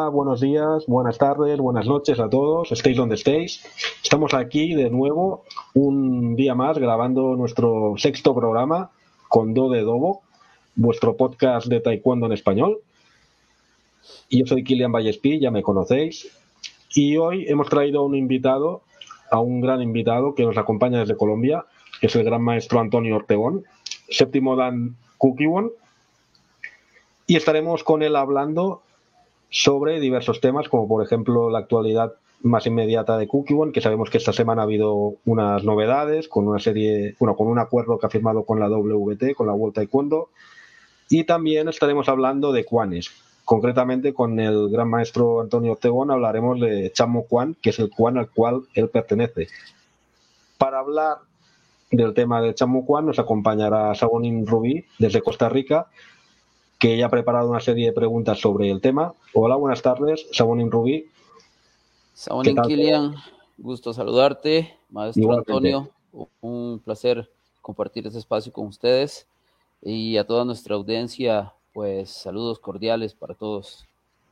Hola, buenos días, buenas tardes, buenas noches a todos, estéis donde estéis. Estamos aquí de nuevo, un día más, grabando nuestro sexto programa con Do de Dobo, vuestro podcast de taekwondo en español. Y yo soy Kilian Vallespí, ya me conocéis. Y hoy hemos traído a un gran invitado que nos acompaña desde Colombia, que es el gran maestro Antonio Ortegón, séptimo dan Kukkiwon. Y estaremos con él hablando sobre diversos temas, como por ejemplo la actualidad más inmediata de Kukkiwon, que sabemos que esta semana ha habido unas novedades con con un acuerdo que ha firmado con la WT, con la World Taekwondo, y también estaremos hablando de Kwanes. Concretamente con el gran maestro Antonio Ortegón hablaremos de Chamo Kwan, que es el Kwan al cual él pertenece. Para hablar del tema de Chamo Kwan nos acompañará Sabonin Rubí desde Costa Rica, que ella ha preparado una serie de preguntas sobre el tema. Hola, buenas tardes, Sabonin Rubí. Sabonin Kilian, gusto saludarte, maestro Igualmente. Antonio, un placer compartir este espacio con ustedes y a toda nuestra audiencia, pues saludos cordiales para todos.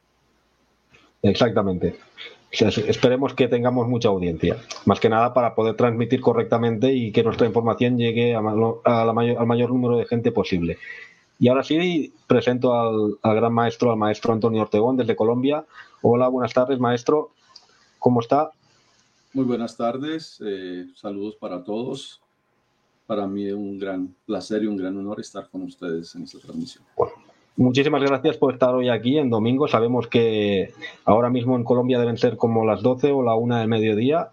Exactamente. Esperemos que tengamos mucha audiencia, más que nada para poder transmitir correctamente y que nuestra información llegue al mayor número de gente posible. Y ahora sí, presento al gran maestro, al maestro Antonio Ortegón desde Colombia. Hola, buenas tardes, maestro. ¿Cómo está? Muy buenas tardes, saludos para todos. Para mí es un gran placer y un gran honor estar con ustedes en esta transmisión. Bueno, muchísimas gracias por estar hoy aquí en domingo. Sabemos que ahora mismo en Colombia deben ser como las 12 o la 1 del mediodía.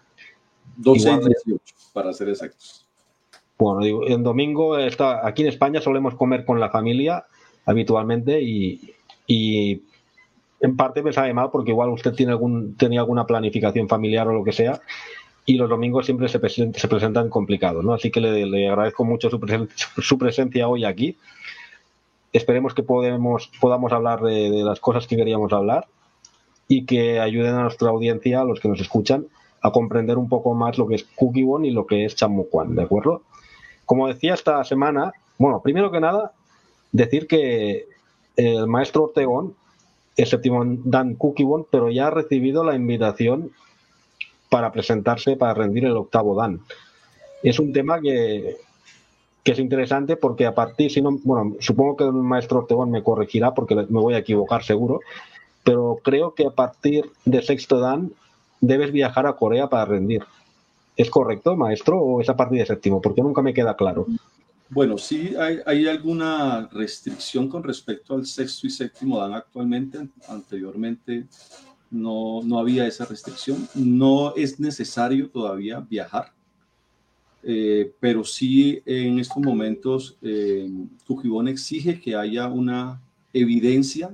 12:18, para ser exactos. Bueno, digo, en domingo aquí en España solemos comer con la familia habitualmente y en parte me sabe mal porque igual usted tenía alguna planificación familiar o lo que sea y los domingos siempre se presentan complicados, ¿no? Así que le agradezco mucho su presencia hoy aquí. Esperemos que podamos hablar de las cosas que queríamos hablar y que ayuden a nuestra audiencia, a los que nos escuchan, a comprender un poco más lo que es Kukkiwon y lo que es Chamo Kwan, ¿de acuerdo? Como decía esta semana, bueno, primero que nada, decir que el maestro Ortegón es séptimo dan Kukkiwon, pero ya ha recibido la invitación para presentarse, para rendir el octavo dan. Es un tema que es interesante porque a partir, supongo que el maestro Ortegón me corregirá porque me voy a equivocar seguro, pero creo que a partir de sexto dan debes viajar a Corea para rendir. ¿Es correcto, maestro, o es a partir de séptimo? Porque nunca me queda claro. Bueno, sí hay alguna restricción con respecto al sexto y séptimo dan actualmente. Anteriormente no había esa restricción. No es necesario todavía viajar. Pero sí en estos momentos Kukkiwon exige que haya una evidencia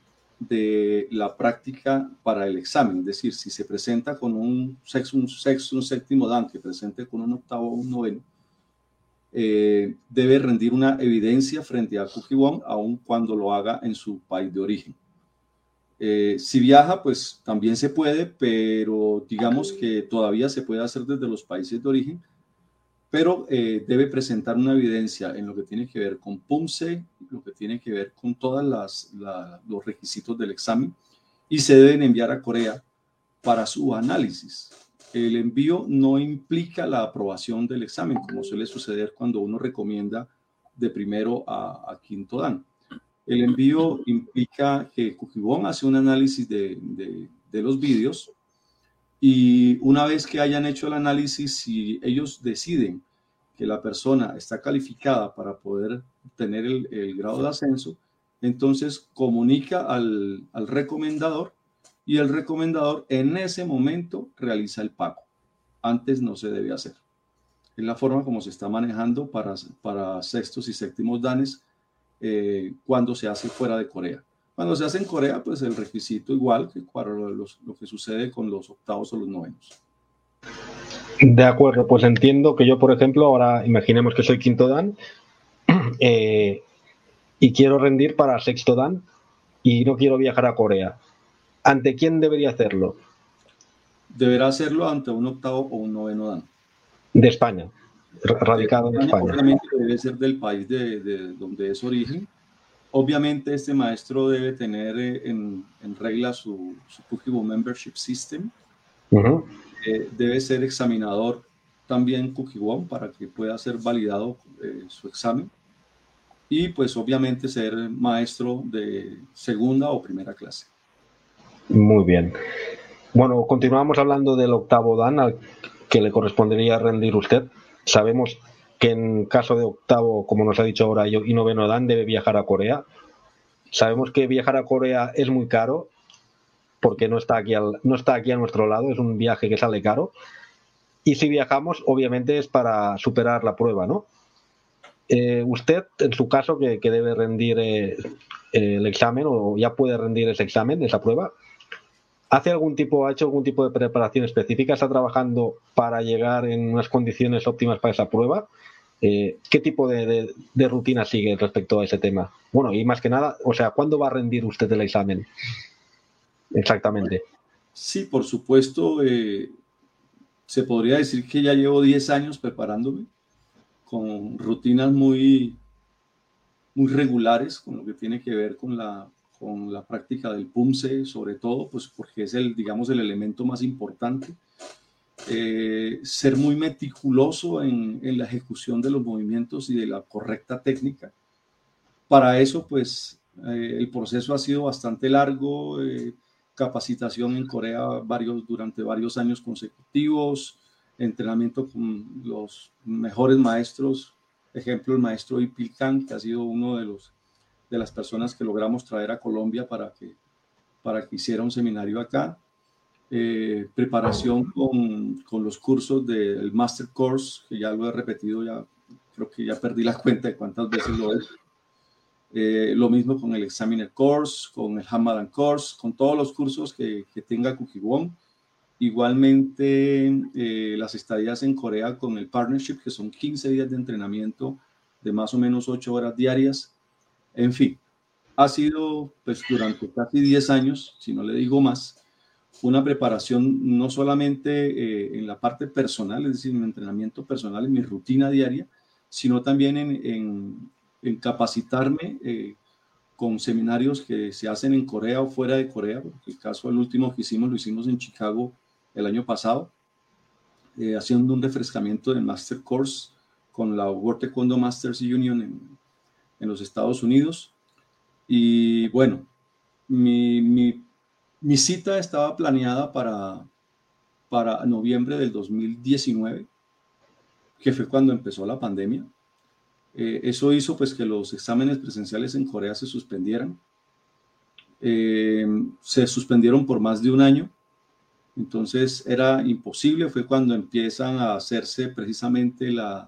de la práctica para el examen, es decir, si se presenta con un sexto, un séptimo dan, que presente con un octavo o un noveno, debe rendir una evidencia frente a Kukkiwon, aun cuando lo haga en su país de origen. Si viaja, pues también se puede, pero digamos que todavía se puede hacer desde los países de origen, pero debe presentar una evidencia en lo que tiene que ver con PUMSE, lo que tiene que ver con todos los requisitos del examen, y se deben enviar a Corea para su análisis. El envío no implica la aprobación del examen, como suele suceder cuando uno recomienda de primero a quinto dan. El envío implica que Kukkiwon hace un análisis de los vídeos, y una vez que hayan hecho el análisis, si ellos deciden que la persona está calificada para poder obtener el grado de ascenso, entonces comunica al recomendador, y el recomendador en ese momento realiza el pago. Antes no se debe hacer. Es la forma como se está manejando para sextos y séptimos danes cuando se hace fuera de Corea. Cuando se hace en Corea, pues el requisito igual que para lo que sucede con los octavos o los novenos. De acuerdo, pues entiendo que yo, por ejemplo, ahora imaginemos que soy quinto dan y quiero rendir para sexto dan y no quiero viajar a Corea. ¿Ante quién debería hacerlo? Deberá hacerlo ante un octavo o un noveno dan. De España, radicado en España. Obviamente debe ser del país de donde es origen, Obviamente este maestro debe tener en regla su Kukkiwon Membership System. Debe ser examinador también Kukkiwon para que pueda ser validado su examen. Y pues obviamente ser maestro de segunda o primera clase. Muy bien. Bueno, continuamos hablando del octavo dan al que le correspondería rendir usted. Sabemos que en caso de octavo, como nos ha dicho ahora, y noveno dan, debe viajar a Corea. Sabemos que viajar a Corea es muy caro porque no está aquí a nuestro lado, es un viaje que sale caro. Y si viajamos, obviamente es para superar la prueba, ¿no? Usted, en su caso, que debe rendir el examen o ya puede rendir ese examen, esa prueba, ha hecho algún tipo de preparación específica? ¿Está trabajando para llegar en unas condiciones óptimas para esa prueba? ¿Qué tipo de rutina sigue respecto a ese tema? Bueno, y más que nada, o sea, ¿cuándo va a rendir usted el examen? Exactamente. Sí, por supuesto, se podría decir que ya llevo 10 años preparándome con rutinas muy regulares, con lo que tiene que ver con la práctica del PUMSE, sobre todo, pues porque es digamos, el elemento más importante. Ser muy meticuloso en la ejecución de los movimientos y de la correcta técnica. Para eso, pues, el proceso ha sido bastante largo, capacitación en Corea durante varios años consecutivos, entrenamiento con los mejores maestros, ejemplo, el maestro Ipil Kang, que ha sido uno de las personas que logramos traer a Colombia para que hiciera un seminario acá. Preparación con los cursos del Master Course, que ya lo he repetido, ya creo que ya perdí la cuenta de cuántas veces lo he. Lo mismo con el Examiner Course, con el Hamadan Course, con todos los cursos que tenga Kukkiwon. Igualmente las estadías en Corea con el Partnership, que son 15 días de entrenamiento de más o menos 8 horas diarias. En fin, ha sido pues durante casi 10 años, si no le digo más, una preparación no solamente en la parte personal, es decir, en mi entrenamiento personal, en mi rutina diaria, sino también en capacitarme con seminarios que se hacen en Corea o fuera de Corea. El caso, el último que hicimos, lo hicimos en Chicago el año pasado, haciendo un refrescamiento del Master Course con la World Taekwondo Masters Union en los Estados Unidos. Y bueno, mi cita estaba planeada para noviembre del 2019, que fue cuando empezó la pandemia. Eso hizo pues que los exámenes presenciales en Corea se suspendieran. Se suspendieron por más de un año, entonces era imposible. Fue cuando empiezan a hacerse precisamente la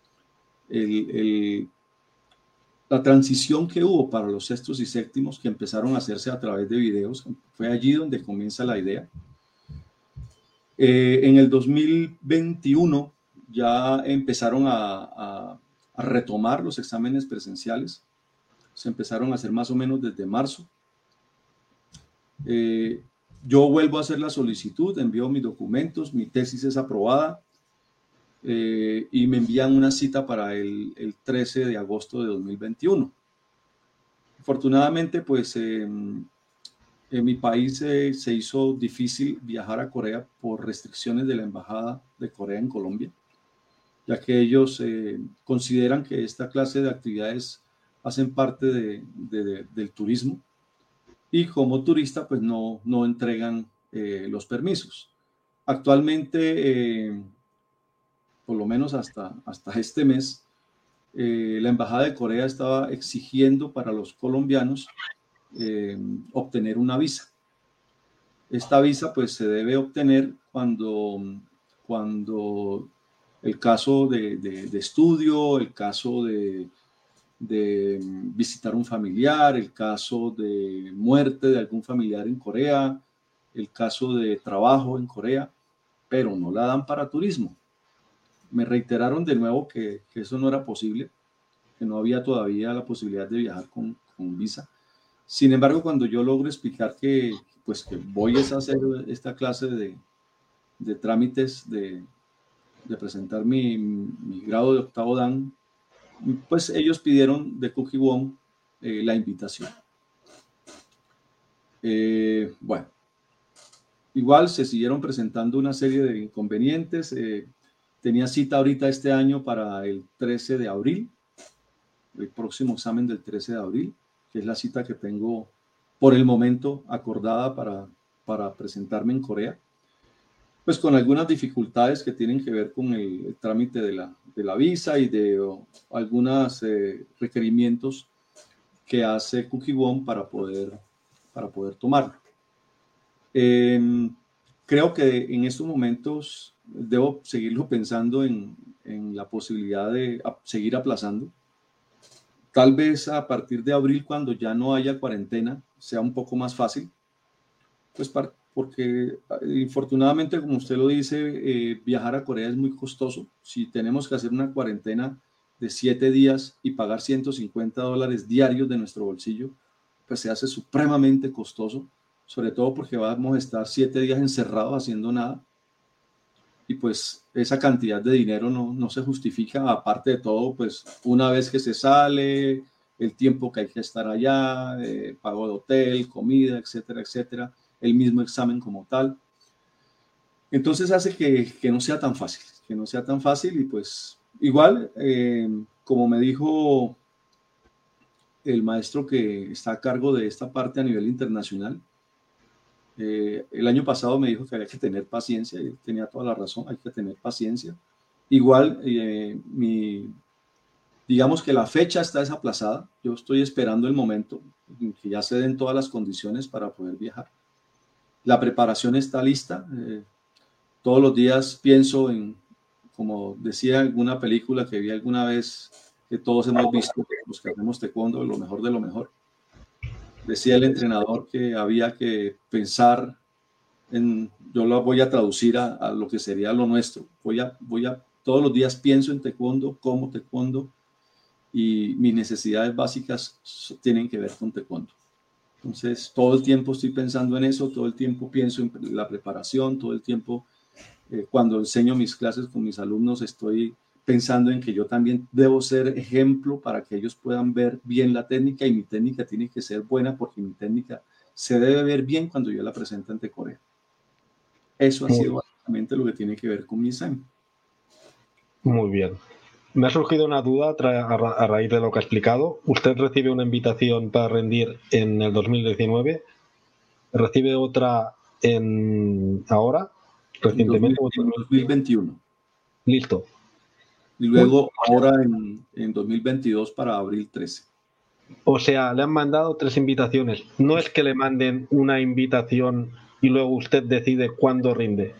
transición que hubo para los sextos y séptimos, que empezaron a hacerse a través de videos. Fue allí donde comienza la idea. En el 2021 ya empezaron a retomar los exámenes presenciales. Se empezaron a hacer más o menos desde marzo. Yo vuelvo a hacer la solicitud, envío mis documentos, mi tesis es aprobada y me envían una cita para el 13 de agosto de 2021. Afortunadamente, pues en mi país se hizo difícil viajar a Corea por restricciones de la Embajada de Corea en Colombia, ya que ellos consideran que esta clase de actividades hacen parte del turismo y como turista pues no entregan los permisos. Actualmente, por lo menos hasta este mes, la Embajada de Corea estaba exigiendo para los colombianos obtener una visa. Esta visa pues se debe obtener cuando el caso de estudio, el caso de visitar un familiar, el caso de muerte de algún familiar en Corea, el caso de trabajo en Corea, pero no la dan para turismo. Me reiteraron de nuevo que eso no era posible, que no había todavía la posibilidad de viajar con visa. Sin embargo, cuando yo logro explicar que voy a hacer esta clase de trámites de presentar mi grado de octavo dan, pues ellos pidieron de Kukkiwon la invitación. Bueno, igual se siguieron presentando una serie de inconvenientes. Tenía cita ahorita este año para el 13 de abril, el próximo examen del 13 de abril, que es la cita que tengo por el momento acordada para presentarme en Corea, pues con algunas dificultades que tienen que ver con el trámite de la visa y de algunos requerimientos que hace Kukkiwon para poder tomarlo. Creo que en estos momentos debo seguirlo pensando en la posibilidad de seguir aplazando. Tal vez a partir de abril, cuando ya no haya cuarentena, sea un poco más fácil, pues porque infortunadamente, como usted lo dice, viajar a Corea es muy costoso. Si tenemos que hacer una cuarentena de 7 días y pagar $150 diarios de nuestro bolsillo, pues se hace supremamente costoso, sobre todo porque vamos a estar 7 días encerrados haciendo nada. Y pues esa cantidad de dinero no se justifica. Aparte de todo, pues una vez que se sale, el tiempo que hay que estar allá, pago de hotel, comida, etcétera, etcétera, el mismo examen como tal. Entonces hace que no sea tan fácil, y pues igual, como me dijo el maestro que está a cargo de esta parte a nivel internacional, el año pasado me dijo que había que tener paciencia, y tenía toda la razón, hay que tener paciencia. Igual, digamos que la fecha está desaplazada, yo estoy esperando el momento en que ya se den todas las condiciones para poder viajar. La preparación está lista, todos los días pienso en, como decía alguna película que vi alguna vez, que todos hemos visto, los que hacemos taekwondo, lo mejor de lo mejor. Decía el entrenador que había que pensar yo lo voy a traducir a lo que sería lo nuestro. Todos los días pienso en taekwondo, como taekwondo, y mis necesidades básicas tienen que ver con taekwondo. Entonces, todo el tiempo estoy pensando en eso, todo el tiempo pienso en la preparación, todo el tiempo cuando enseño mis clases con mis alumnos estoy pensando en que yo también debo ser ejemplo para que ellos puedan ver bien la técnica, y mi técnica tiene que ser buena porque mi técnica se debe ver bien cuando yo la presento ante Corea. Eso ha sido básicamente lo que tiene que ver con mi examen. Muy bien. Me ha surgido una duda a raíz de lo que ha explicado. ¿Usted recibe una invitación para rendir en el 2019? ¿Recibe otra ahora, recientemente? En 2021. Listo. Y luego ahora en 2022 para abril 13. O sea, le han mandado 3 invitaciones. No es que le manden una invitación y luego usted decide cuándo rinde.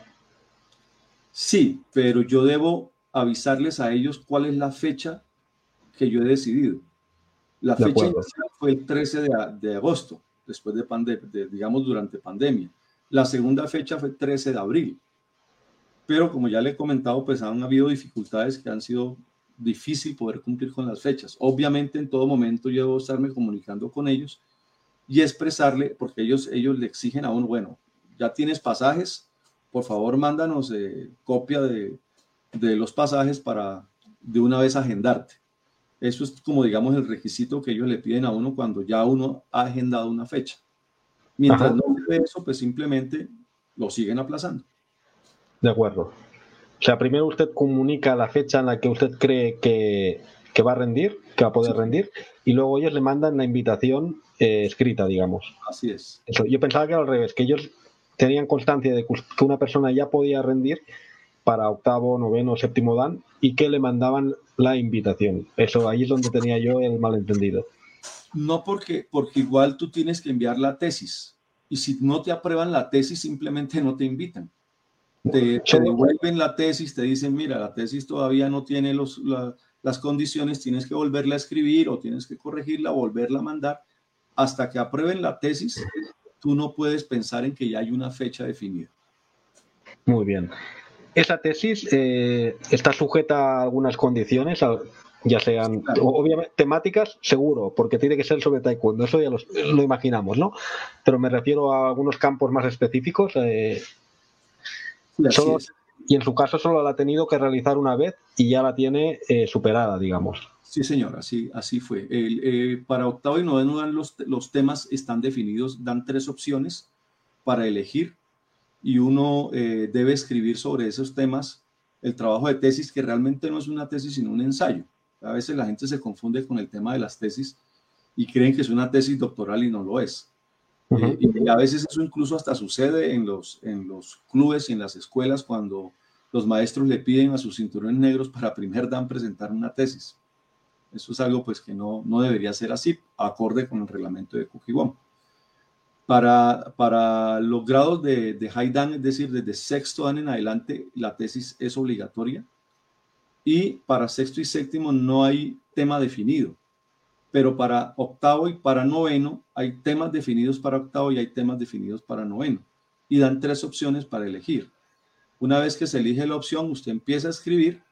Sí, pero yo debo avisarles a ellos cuál es la fecha que yo he decidido. La fecha inicial fue el 13 de agosto, después digamos durante pandemia. La segunda fecha fue el 13 de abril. Pero como ya le he comentado, pues han habido dificultades que han sido difícil poder cumplir con las fechas. Obviamente en todo momento yo debo estarme comunicando con ellos y expresarle, porque ellos le exigen a uno, bueno, ya tienes pasajes, por favor mándanos copia de los pasajes para de una vez agendarte. Eso es como digamos el requisito que ellos le piden a uno cuando ya uno ha agendado una fecha. Mientras no se ve eso, pues simplemente lo siguen aplazando. De acuerdo. O sea, primero usted comunica la fecha en la que usted cree que va a rendir, que va a poder rendir, y luego ellos le mandan la invitación escrita, digamos. Así es. Eso. Yo pensaba que era al revés, que ellos tenían constancia de que una persona ya podía rendir para octavo, noveno, séptimo dan, y que le mandaban la invitación. Eso, ahí es donde tenía yo el malentendido. No, porque igual tú tienes que enviar la tesis, y si no te aprueban la tesis, simplemente no te invitan. Te devuelven la tesis, te dicen, mira, la tesis todavía no tiene las condiciones, tienes que volverla a escribir o tienes que corregirla, volverla a mandar. Hasta que aprueben la tesis, tú no puedes pensar en que ya hay una fecha definida. Muy bien. Esa tesis está sujeta a algunas condiciones, ya sean, claro, obviamente, temáticas, seguro, porque tiene que ser sobre taekwondo, eso ya lo imaginamos, ¿no? Pero me refiero a algunos campos más específicos. Y en su caso solo la ha tenido que realizar una vez y ya la tiene superada, digamos. Sí, señor, así fue. Para octavo y noveno dan los temas están definidos, dan 3 opciones para elegir y uno debe escribir sobre esos temas el trabajo de tesis, que realmente no es una tesis sino un ensayo. A veces la gente se confunde con el tema de las tesis y creen que es una tesis doctoral y no lo es. Y a veces eso incluso hasta sucede en los clubes y en las escuelas cuando los maestros le piden a sus cinturones negros para primer dan presentar una tesis. Eso es algo pues que no debería ser así, acorde con el reglamento de Cuquibón. Para los grados de High Dan, es decir, desde sexto Dan en adelante, la tesis es obligatoria. Y para sexto y séptimo no hay tema definido. Pero para octavo y para noveno hay temas definidos para octavo y hay temas definidos para noveno. Y dan 3 opciones para elegir. Una vez que se elige la opción, usted empieza a escribir,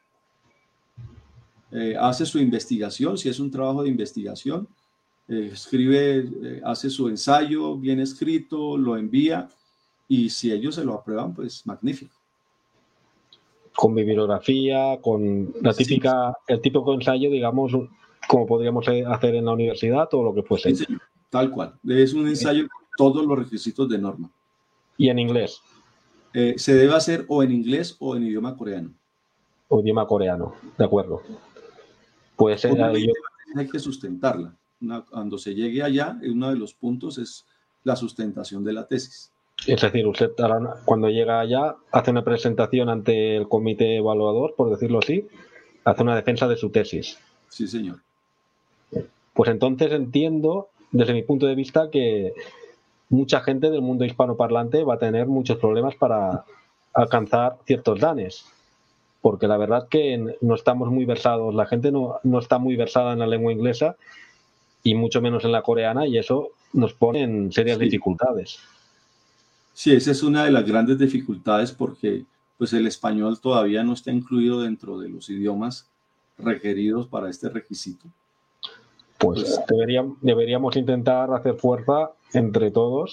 hace su investigación, si es un trabajo de investigación, escribe, hace su ensayo bien escrito, lo envía y si ellos se lo aprueban, pues magnífico. Con bibliografía, con la típica, sí, el típico ensayo, digamos, como podríamos hacer en la universidad o lo que fuese. Sí, tal cual. Es un ensayo con todos los requisitos de norma. ¿Y en inglés? Se debe hacer o en inglés o en idioma coreano. O idioma coreano, de acuerdo. Pues hay que sustentarla. Cuando se llegue allá, uno de los puntos es la sustentación de la tesis. Es decir, usted cuando llega allá hace una presentación ante el comité evaluador, por decirlo así, hace una defensa de su tesis. Sí, señor. Pues entonces entiendo, desde mi punto de vista, que mucha gente del mundo hispanoparlante va a tener muchos problemas para alcanzar ciertos danes. Porque la verdad que no estamos muy versados, la gente no está muy versada en la lengua inglesa y mucho menos en la coreana, y eso nos pone en serias dificultades. Sí, esa es una de las grandes dificultades porque pues el español todavía no está incluido dentro de los idiomas requeridos para este requisito. Pues deberíamos intentar hacer fuerza entre todos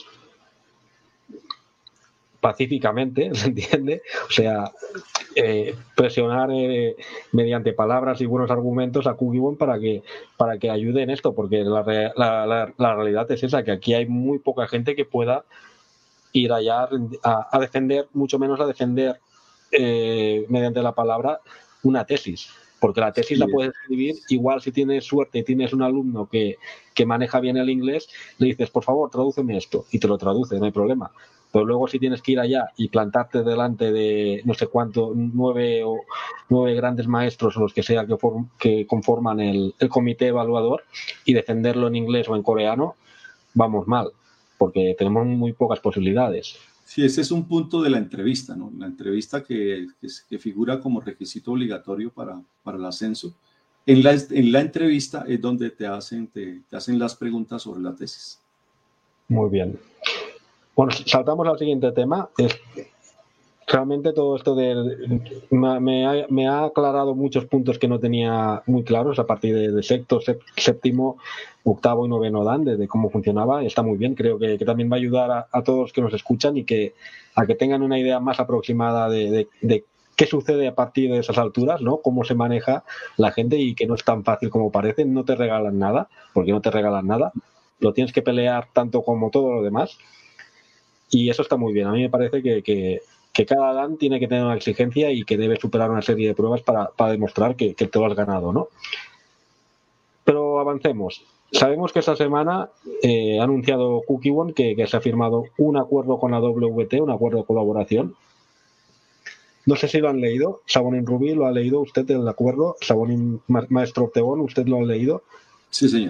pacíficamente, ¿se entiende? O sea, presionar mediante palabras y buenos argumentos a Cuquibón para que ayude en esto, porque la realidad es esa, que aquí hay muy poca gente que pueda ir allá a defender, mucho menos a defender mediante la palabra una tesis, porque la tesis la puedes escribir igual si tienes suerte y tienes un alumno que maneja bien el inglés, le dices, por favor, tradúceme esto, y te lo traduce, no hay problema. Pero luego si tienes que ir allá y plantarte delante de no sé cuánto, 9 grandes maestros o los que sea que conforman el comité evaluador y defenderlo en inglés o en coreano, vamos mal, porque tenemos muy pocas posibilidades. Sí, ese es un punto de la entrevista, ¿no? La entrevista que figura como requisito obligatorio para el ascenso. En la entrevista es donde te hacen las preguntas sobre la tesis. Muy bien. Bueno, saltamos al siguiente tema. Realmente todo esto me ha aclarado muchos puntos que no tenía muy claros a partir de sexto, séptimo, octavo y noveno Dan, de cómo funcionaba. Está muy bien, creo que también va a ayudar a todos los que nos escuchan y a que tengan una idea más aproximada de qué sucede a partir de esas alturas, ¿no? Cómo se maneja la gente y que no es tan fácil como parece. No te regalan nada, porque no te regalan nada. Lo tienes que pelear tanto como todo lo demás. Y eso está muy bien. A mí me parece que cada Dan tiene que tener una exigencia y que debe superar una serie de pruebas para demostrar que te lo has ganado, ¿no? Pero avancemos. Sabemos que esta semana ha anunciado Cuquibón que se ha firmado un acuerdo con la WT, un acuerdo de colaboración. No sé si lo han leído. Sabonín Rubí, ¿lo ha leído usted el acuerdo? Sabonín Maestro Ortegón, ¿usted lo ha leído? Sí, señor.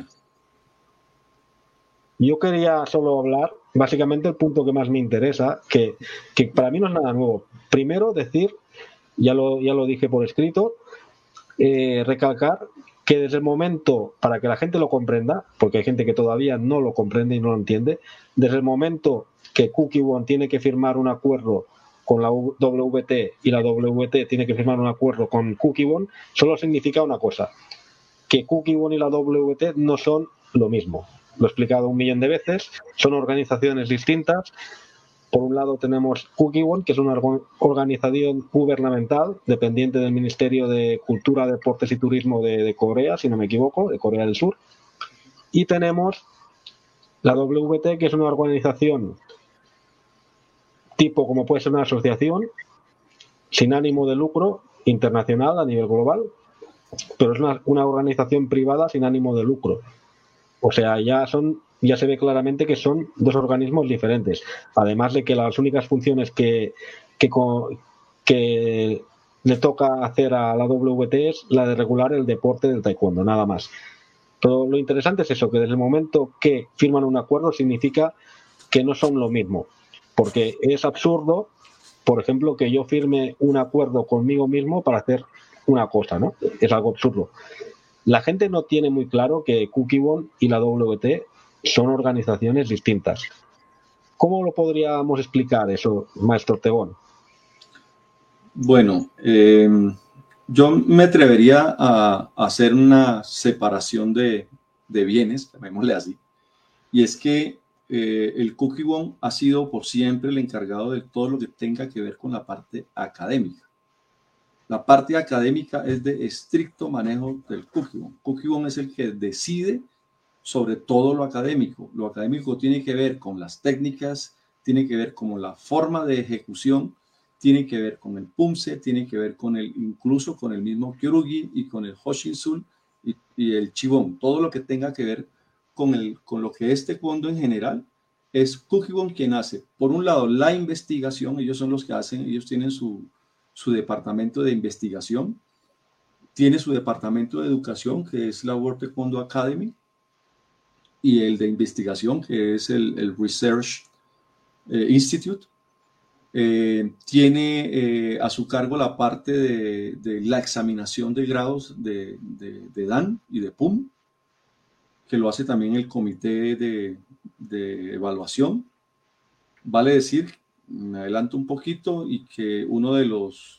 Yo quería solo hablar, básicamente el punto que más me interesa, que para mí no es nada nuevo. Primero decir, ya lo dije por escrito, recalcar que desde el momento, para que la gente lo comprenda, porque hay gente que todavía no lo comprende y no lo entiende, desde el momento que Cuquibón tiene que firmar un acuerdo con la WT y la WT tiene que firmar un acuerdo con Cuquibón, solo significa una cosa, que Cuquibón y la WT no son lo mismo. Lo he explicado 1.000.000 de veces, son organizaciones distintas Por un lado tenemos Kukkiwon, que es una organización gubernamental dependiente del Ministerio de Cultura, Deportes y Turismo de Corea, si no me equivoco, de Corea del Sur. Y tenemos la WT, que es una organización tipo como puede ser una asociación sin ánimo de lucro internacional a nivel global, pero es una organización privada sin ánimo de lucro. O sea, ya se ve claramente que son dos organismos diferentes. Además de que las únicas funciones que le toca hacer a la WT es la de regular el deporte del taekwondo, nada más. Pero lo interesante es eso, que desde el momento que firman un acuerdo significa que no son lo mismo. Porque es absurdo, por ejemplo, que yo firme un acuerdo conmigo mismo para hacer una cosa, ¿no? Es algo absurdo. La gente no tiene muy claro que Kukkiwon y la WT son organizaciones distintas. ¿Cómo lo podríamos explicar eso, maestro Ortegón? Bueno, yo me atrevería a hacer una separación de bienes, llamémosle así, y es que el Kukkiwon ha sido por siempre el encargado de todo lo que tenga que ver con la parte académica. La parte académica es de estricto manejo del Kukkiwon. Kukkiwon es el que decide sobre todo lo académico. Lo académico tiene que ver con las técnicas, tiene que ver con la forma de ejecución, tiene que ver con el Pumse, tiene que ver con incluso con el mismo Kyorugi y con el Hoshinsun y el Chibon. Todo lo que tenga que ver con lo que es taekwondo en general, es Kukkiwon quien hace, por un lado, la investigación. Ellos son los que hacen, ellos tienen su departamento de investigación, tiene su departamento de educación, que es la World Taekwondo Academy, y el de investigación, que es el Research Institute. Tiene a su cargo la parte de la examinación de grados de Dan y de PUM, que lo hace también el comité de evaluación. Vale decir, me adelanto un poquito, y que uno de los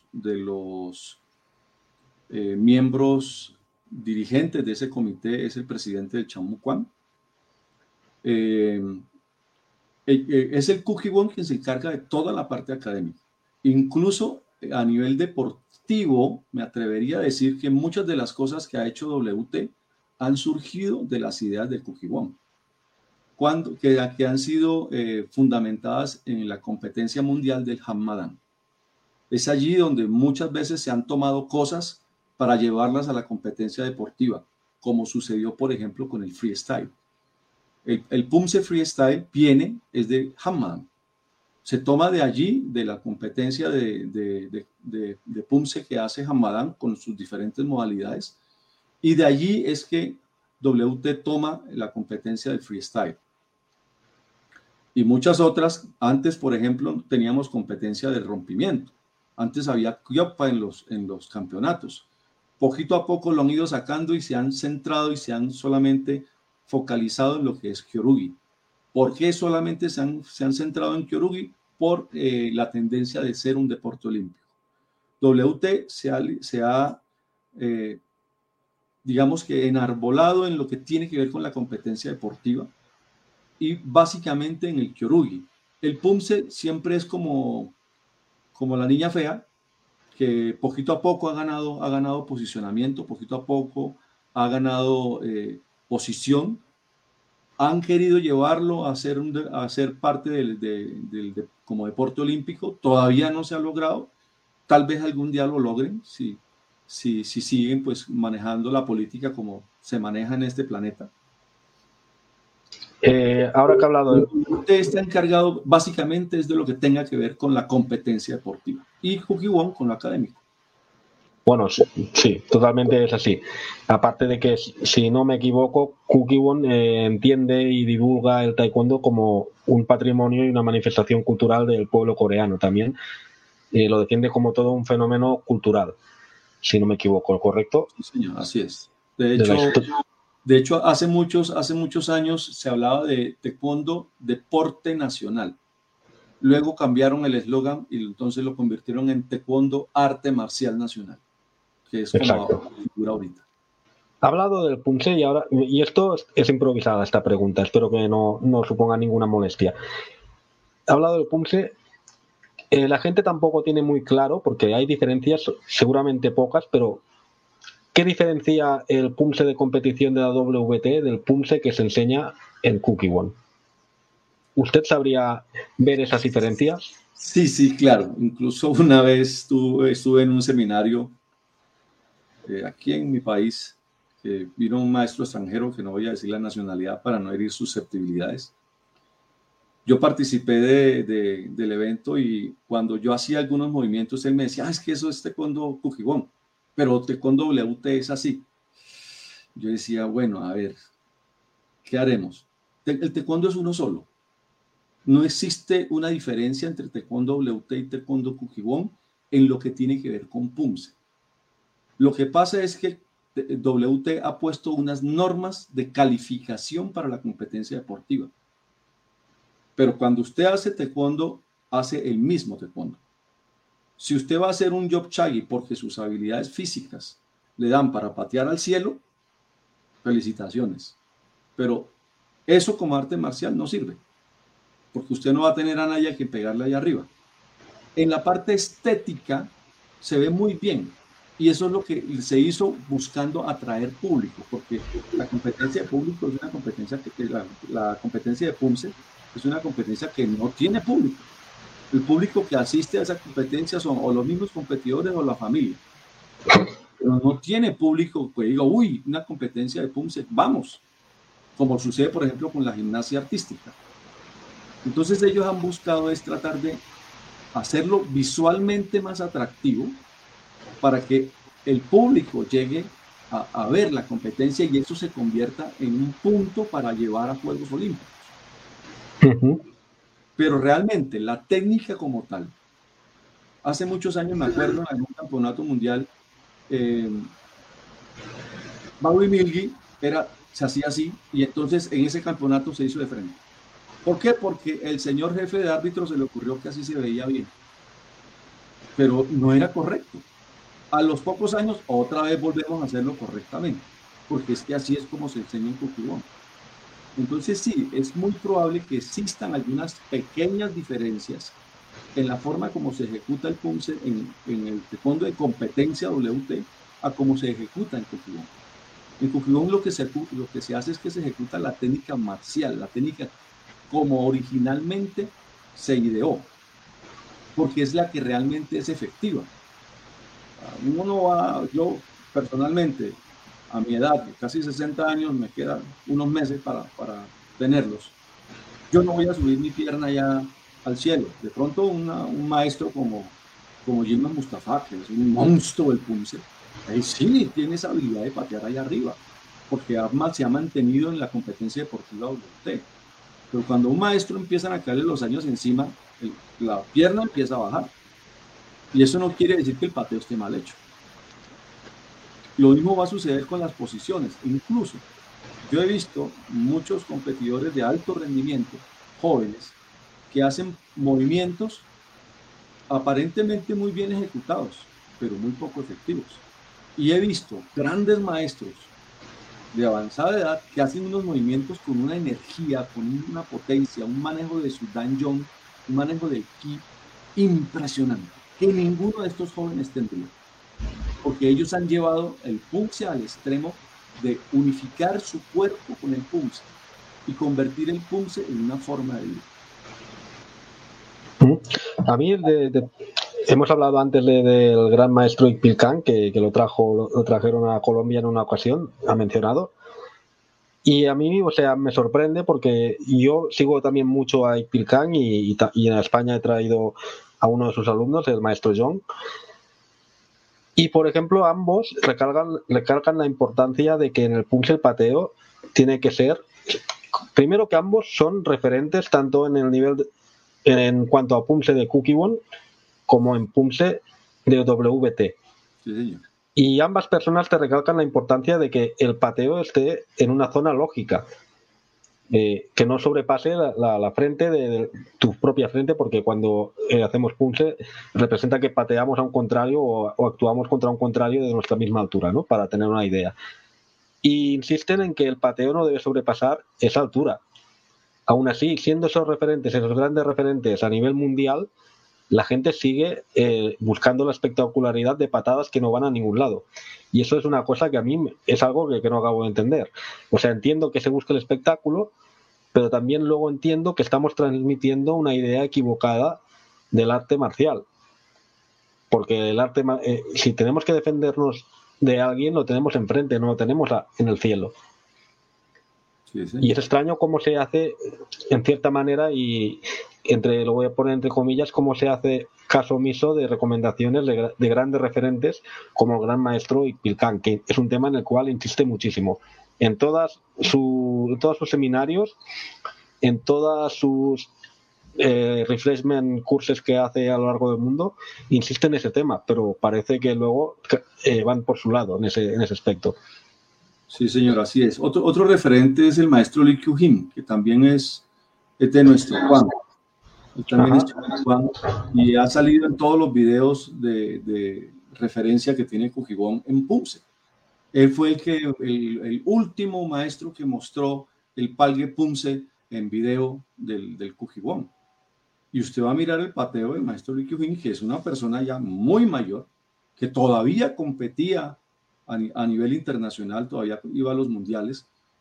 miembros dirigentes de ese comité es el presidente del Chamuquán. Es el Kukkiwon quien se encarga de toda la parte académica. Incluso a nivel deportivo, me atrevería a decir que muchas de las cosas que ha hecho WT han surgido de las ideas del Kukkiwon, que han sido fundamentadas en la competencia mundial del Hamadan. Es allí donde muchas veces se han tomado cosas para llevarlas a la competencia deportiva, como sucedió, por ejemplo, con el freestyle. El Pumse Freestyle es de Hamadan. Se toma de allí, de la competencia de Pumse que hace Hamadan con sus diferentes modalidades, y de allí es que WT toma la competencia del freestyle. Y muchas otras. Antes, por ejemplo, teníamos competencia de rompimiento. Antes había Kyoppa en los campeonatos. Poquito a poco lo han ido sacando y se han centrado y se han solamente focalizado en lo que es Kyorugi. ¿Por qué solamente se han centrado en Kyorugi? Por la tendencia de ser un deporte olímpico. WT se ha digamos que enarbolado en lo que tiene que ver con la competencia deportiva, y básicamente en el Kyorugi. El Pumse siempre es como la niña fea, que poquito a poco ha ganado posicionamiento, poquito a poco ha ganado posición. Han querido llevarlo a ser parte como deporte olímpico. Todavía no se ha logrado. Tal vez algún día lo logren, si siguen pues manejando la política como se maneja en este planeta. Ahora que ha hablado Usted está encargado básicamente es de lo que tenga que ver con la competencia deportiva, y Kukkiwon con lo académico. Bueno, sí, totalmente es así. Aparte de que, si no me equivoco, Kukkiwon entiende y divulga el taekwondo como un patrimonio y una manifestación cultural del pueblo coreano también. Lo defiende como todo un fenómeno cultural, si no me equivoco, ¿correcto? Sí, señor, así es. De hecho, hace muchos años se hablaba de taekwondo deporte nacional. Luego cambiaron el eslogan y entonces lo convirtieron en taekwondo arte marcial nacional, que es como la figura ahorita. Ha hablado del Pumse y esto es improvisada esta pregunta, espero que no suponga ninguna molestia. ha hablado del PUMSE. La gente tampoco tiene muy claro, porque hay diferencias, seguramente pocas, pero ¿qué diferencia el PUMSE de competición de la WT del PUMSE que se enseña en Cookie-One? ¿Usted sabría ver esas diferencias? Sí, sí, claro. Incluso una vez estuve en un seminario aquí en mi país, que vino un maestro extranjero, que no voy a decir la nacionalidad para no herir susceptibilidades. Yo participé del evento y cuando yo hacía algunos movimientos, él me decía, es que eso es taekwondo Cookie-One, pero taekwondo WT es así. Yo decía, bueno, a ver, ¿qué haremos? El taekwondo es uno solo. No existe una diferencia entre taekwondo WT y taekwondo Cookie-One en lo que tiene que ver con PUMSE. Lo que pasa es que WT ha puesto unas normas de calificación para la competencia deportiva. Pero cuando usted hace taekwondo, hace el mismo taekwondo. Si usted va a hacer un job chagi porque sus habilidades físicas le dan para patear al cielo, felicitaciones. Pero eso como arte marcial no sirve, porque usted no va a tener a nadie que pegarle allá arriba. En la parte estética se ve muy bien, y eso es lo que se hizo buscando atraer público, porque la competencia de público es una competencia la competencia de PUMSE es una competencia que no tiene público. El público que asiste a esa competencia son o los mismos competidores o la familia. Pero no tiene público que diga, uy, una competencia de PUMSE, vamos, como sucede, por ejemplo, con la gimnasia artística. Entonces ellos han buscado es tratar de hacerlo visualmente más atractivo para que el público llegue a ver la competencia y eso se convierta en un punto para llevar a Juegos Olímpicos. Pero realmente la técnica como tal, hace muchos años me acuerdo en un campeonato mundial, Bobby Milgi se hacía así y entonces en ese campeonato se hizo de frente. ¿Por qué? Porque el señor jefe de árbitros se le ocurrió que así se veía bien, pero no era correcto. A los pocos años otra vez volvemos a hacerlo correctamente, porque es que así es como se enseña en Cookie-One. Entonces sí, es muy probable que existan algunas pequeñas diferencias en la forma como se ejecuta el PUMSE en el taekwondo de competencia WT a cómo se ejecuta en Cookie-One. En Cookie-One lo que se hace es que se ejecuta la técnica marcial, la técnica como originalmente se ideó, porque es la que realmente es efectiva. Yo personalmente, a mi edad, de casi 60 años, me quedan unos meses para tenerlos. Yo no voy a subir mi pierna ya al cielo. De pronto un maestro como Jimmy Mustafa, que es un monstruo del PUMSE, ahí sí tiene esa habilidad de patear allá arriba, porque se ha mantenido en la competencia deportiva WT. Pero cuando un maestro empiezan a caerle los años encima, la pierna empieza a bajar. Y eso no quiere decir que el pateo esté mal hecho. Lo mismo va a suceder con las posiciones. Incluso yo he visto muchos competidores de alto rendimiento, jóvenes, que hacen movimientos aparentemente muy bien ejecutados, pero muy poco efectivos. Y he visto grandes maestros de avanzada edad que hacen unos movimientos con una energía, con una potencia, un manejo de su danjong, un manejo del ki impresionante, que ninguno de estos jóvenes tendría, porque ellos han llevado el PUMSE al extremo de unificar su cuerpo con el PUMSE y convertir el PUMSE en una forma de vida. A mí hemos hablado antes del gran maestro Ipilcan, que lo trajeron a Colombia en una ocasión, ha mencionado. Y a mí, o sea, me sorprende porque yo sigo también mucho a Ipilcan y en España he traído a uno de sus alumnos, el maestro John. Y, por ejemplo, ambos recalcan la importancia de que en el PUMSE el pateo tiene que ser, primero que ambos son referentes tanto en el nivel en cuanto a PUMSE de Cookie-One como en PUMSE de WT. Sí, señor. Y ambas personas te recalcan la importancia de que el pateo esté en una zona lógica, que no sobrepase la frente de tu propia frente, porque cuando hacemos PUMSE representa que pateamos a un contrario o actuamos contra un contrario de nuestra misma altura, ¿no? Para tener una idea. Y insisten en que el pateo no debe sobrepasar esa altura. aún así, siendo esos referentes, esos grandes referentes a nivel mundial, la gente sigue buscando la espectacularidad de patadas que no van a ningún lado. Y eso es una cosa que a mí es algo que no acabo de entender. O sea, entiendo que se busque el espectáculo, pero también luego entiendo que estamos transmitiendo una idea equivocada del arte marcial. Porque el arte, si tenemos que defendernos de alguien, lo tenemos enfrente, no lo tenemos en el cielo. Sí. Y es extraño cómo se hace, en cierta manera, y lo voy a poner entre comillas, cómo se hace caso omiso de recomendaciones de grandes referentes como el gran maestro Ipilkán, que es un tema en el cual insiste muchísimo. En todos sus seminarios, en todas sus refreshment cursos que hace a lo largo del mundo, insiste en ese tema, pero parece que luego van por su lado en ese aspecto. Sí, señor, así es. Otro referente es el maestro Lee Kyu-Jin, que también es de nuestro Juan. Él también es Juan y ha salido en todos los videos de referencia que tiene Kukibon en Pumse. Él fue el último maestro que mostró el Palgue Pumse en video del Kukibon. Y usted va a mirar el pateo del maestro Lee Kyu-Jin, que es una persona ya muy mayor, que todavía competía a nivel internacional, todavía iba a los mundiales,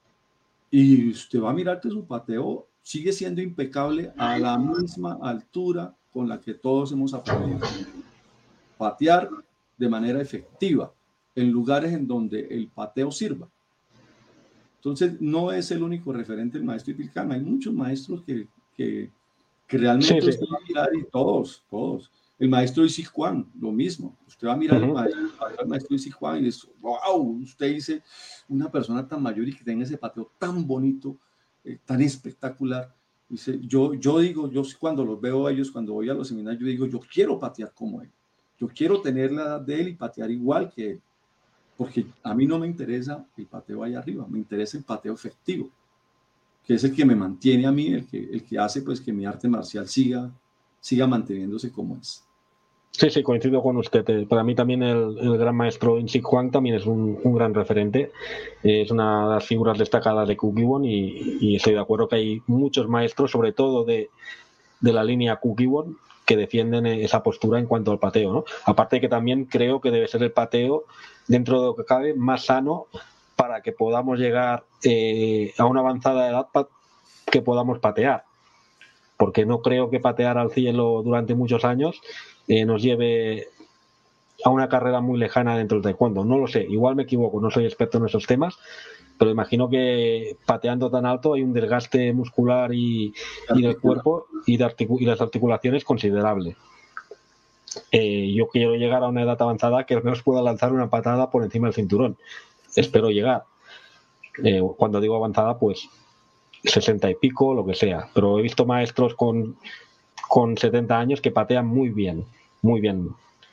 y usted va a mirar que su pateo sigue siendo impecable a la misma altura con la que todos hemos aprendido. Patear de manera efectiva en lugares en donde el pateo sirva. Entonces, no es el único referente el maestro Ipilkán. Hay muchos maestros que realmente sí. Usted va a mirar y todos. El maestro Isi Juan, lo mismo. Usted va a mirar al maestro Isi Juan y dice, wow, usted dice, una persona tan mayor y que tenga ese pateo tan bonito, tan espectacular. Dice, yo digo, yo cuando los veo a ellos, cuando voy a los seminarios, yo digo, yo quiero patear como él. Yo quiero tener la edad de él y patear igual que él. Porque a mí no me interesa el pateo allá arriba, me interesa el pateo efectivo, que es el que me mantiene a mí, el que hace pues que mi arte marcial siga manteniéndose como es. Sí, coincido con usted. Para mí también el gran maestro Insik Juan también es un gran referente. Es una de las figuras destacadas de Kukibon y estoy de acuerdo que hay muchos maestros, sobre todo de la línea Kukibon, que defienden esa postura en cuanto al pateo, ¿no? Aparte que también creo que debe ser el pateo, dentro de lo que cabe, más sano para que podamos llegar a una avanzada edad que podamos patear. Porque no creo que patear al cielo durante muchos años nos lleve a una carrera muy lejana dentro del taekwondo. No lo sé, igual me equivoco, no soy experto en esos temas, pero imagino que pateando tan alto hay un desgaste muscular y del cuerpo y las articulaciones considerable. Yo quiero llegar a una edad avanzada que al menos pueda lanzar una patada por encima del cinturón. Espero llegar. Cuando digo avanzada, pues 60 y pico, lo que sea. Pero he visto maestros con 70 años que patean muy bien, muy bien.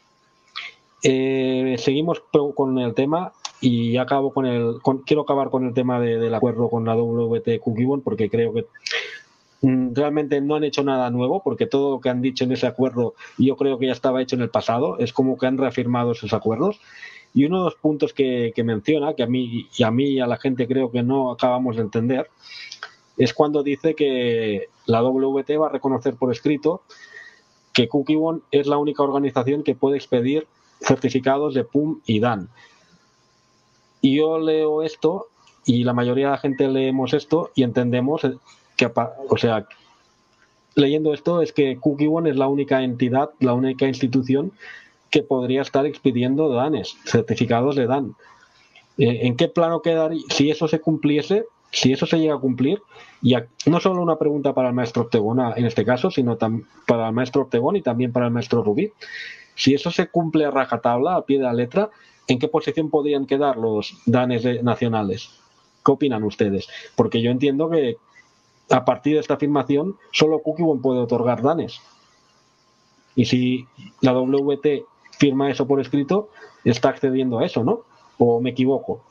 Seguimos con el tema y acabo quiero acabar con el tema del acuerdo con la WT Kukibon, porque creo que realmente no han hecho nada nuevo, porque todo lo que han dicho en ese acuerdo yo creo que ya estaba hecho en el pasado. Es como que han reafirmado esos acuerdos. Y uno de los puntos que menciona, que a mí y a la gente creo que no acabamos de entender, es cuando dice que la WT va a reconocer por escrito que Kukibon es la única organización que puede expedir certificados de PUM y DAN. Y yo leo esto y la mayoría de la gente leemos esto y entendemos que, o sea, leyendo esto es que Kukibon es la única entidad, la única institución que podría estar expidiendo DANes, certificados de DAN. ¿En qué plano quedaría si eso se cumpliese? Si eso se llega a cumplir, y no solo una pregunta para el maestro Ortegón en este caso, sino para el maestro Ortegón y también para el maestro Rubí. Si eso se cumple a rajatabla, a pie de la letra, ¿en qué posición podrían quedar los danes nacionales? ¿Qué opinan ustedes? Porque yo entiendo que a partir de esta afirmación solo Kukibon puede otorgar danes. Y si la WT firma eso por escrito, está accediendo a eso, ¿no? ¿O me equivoco?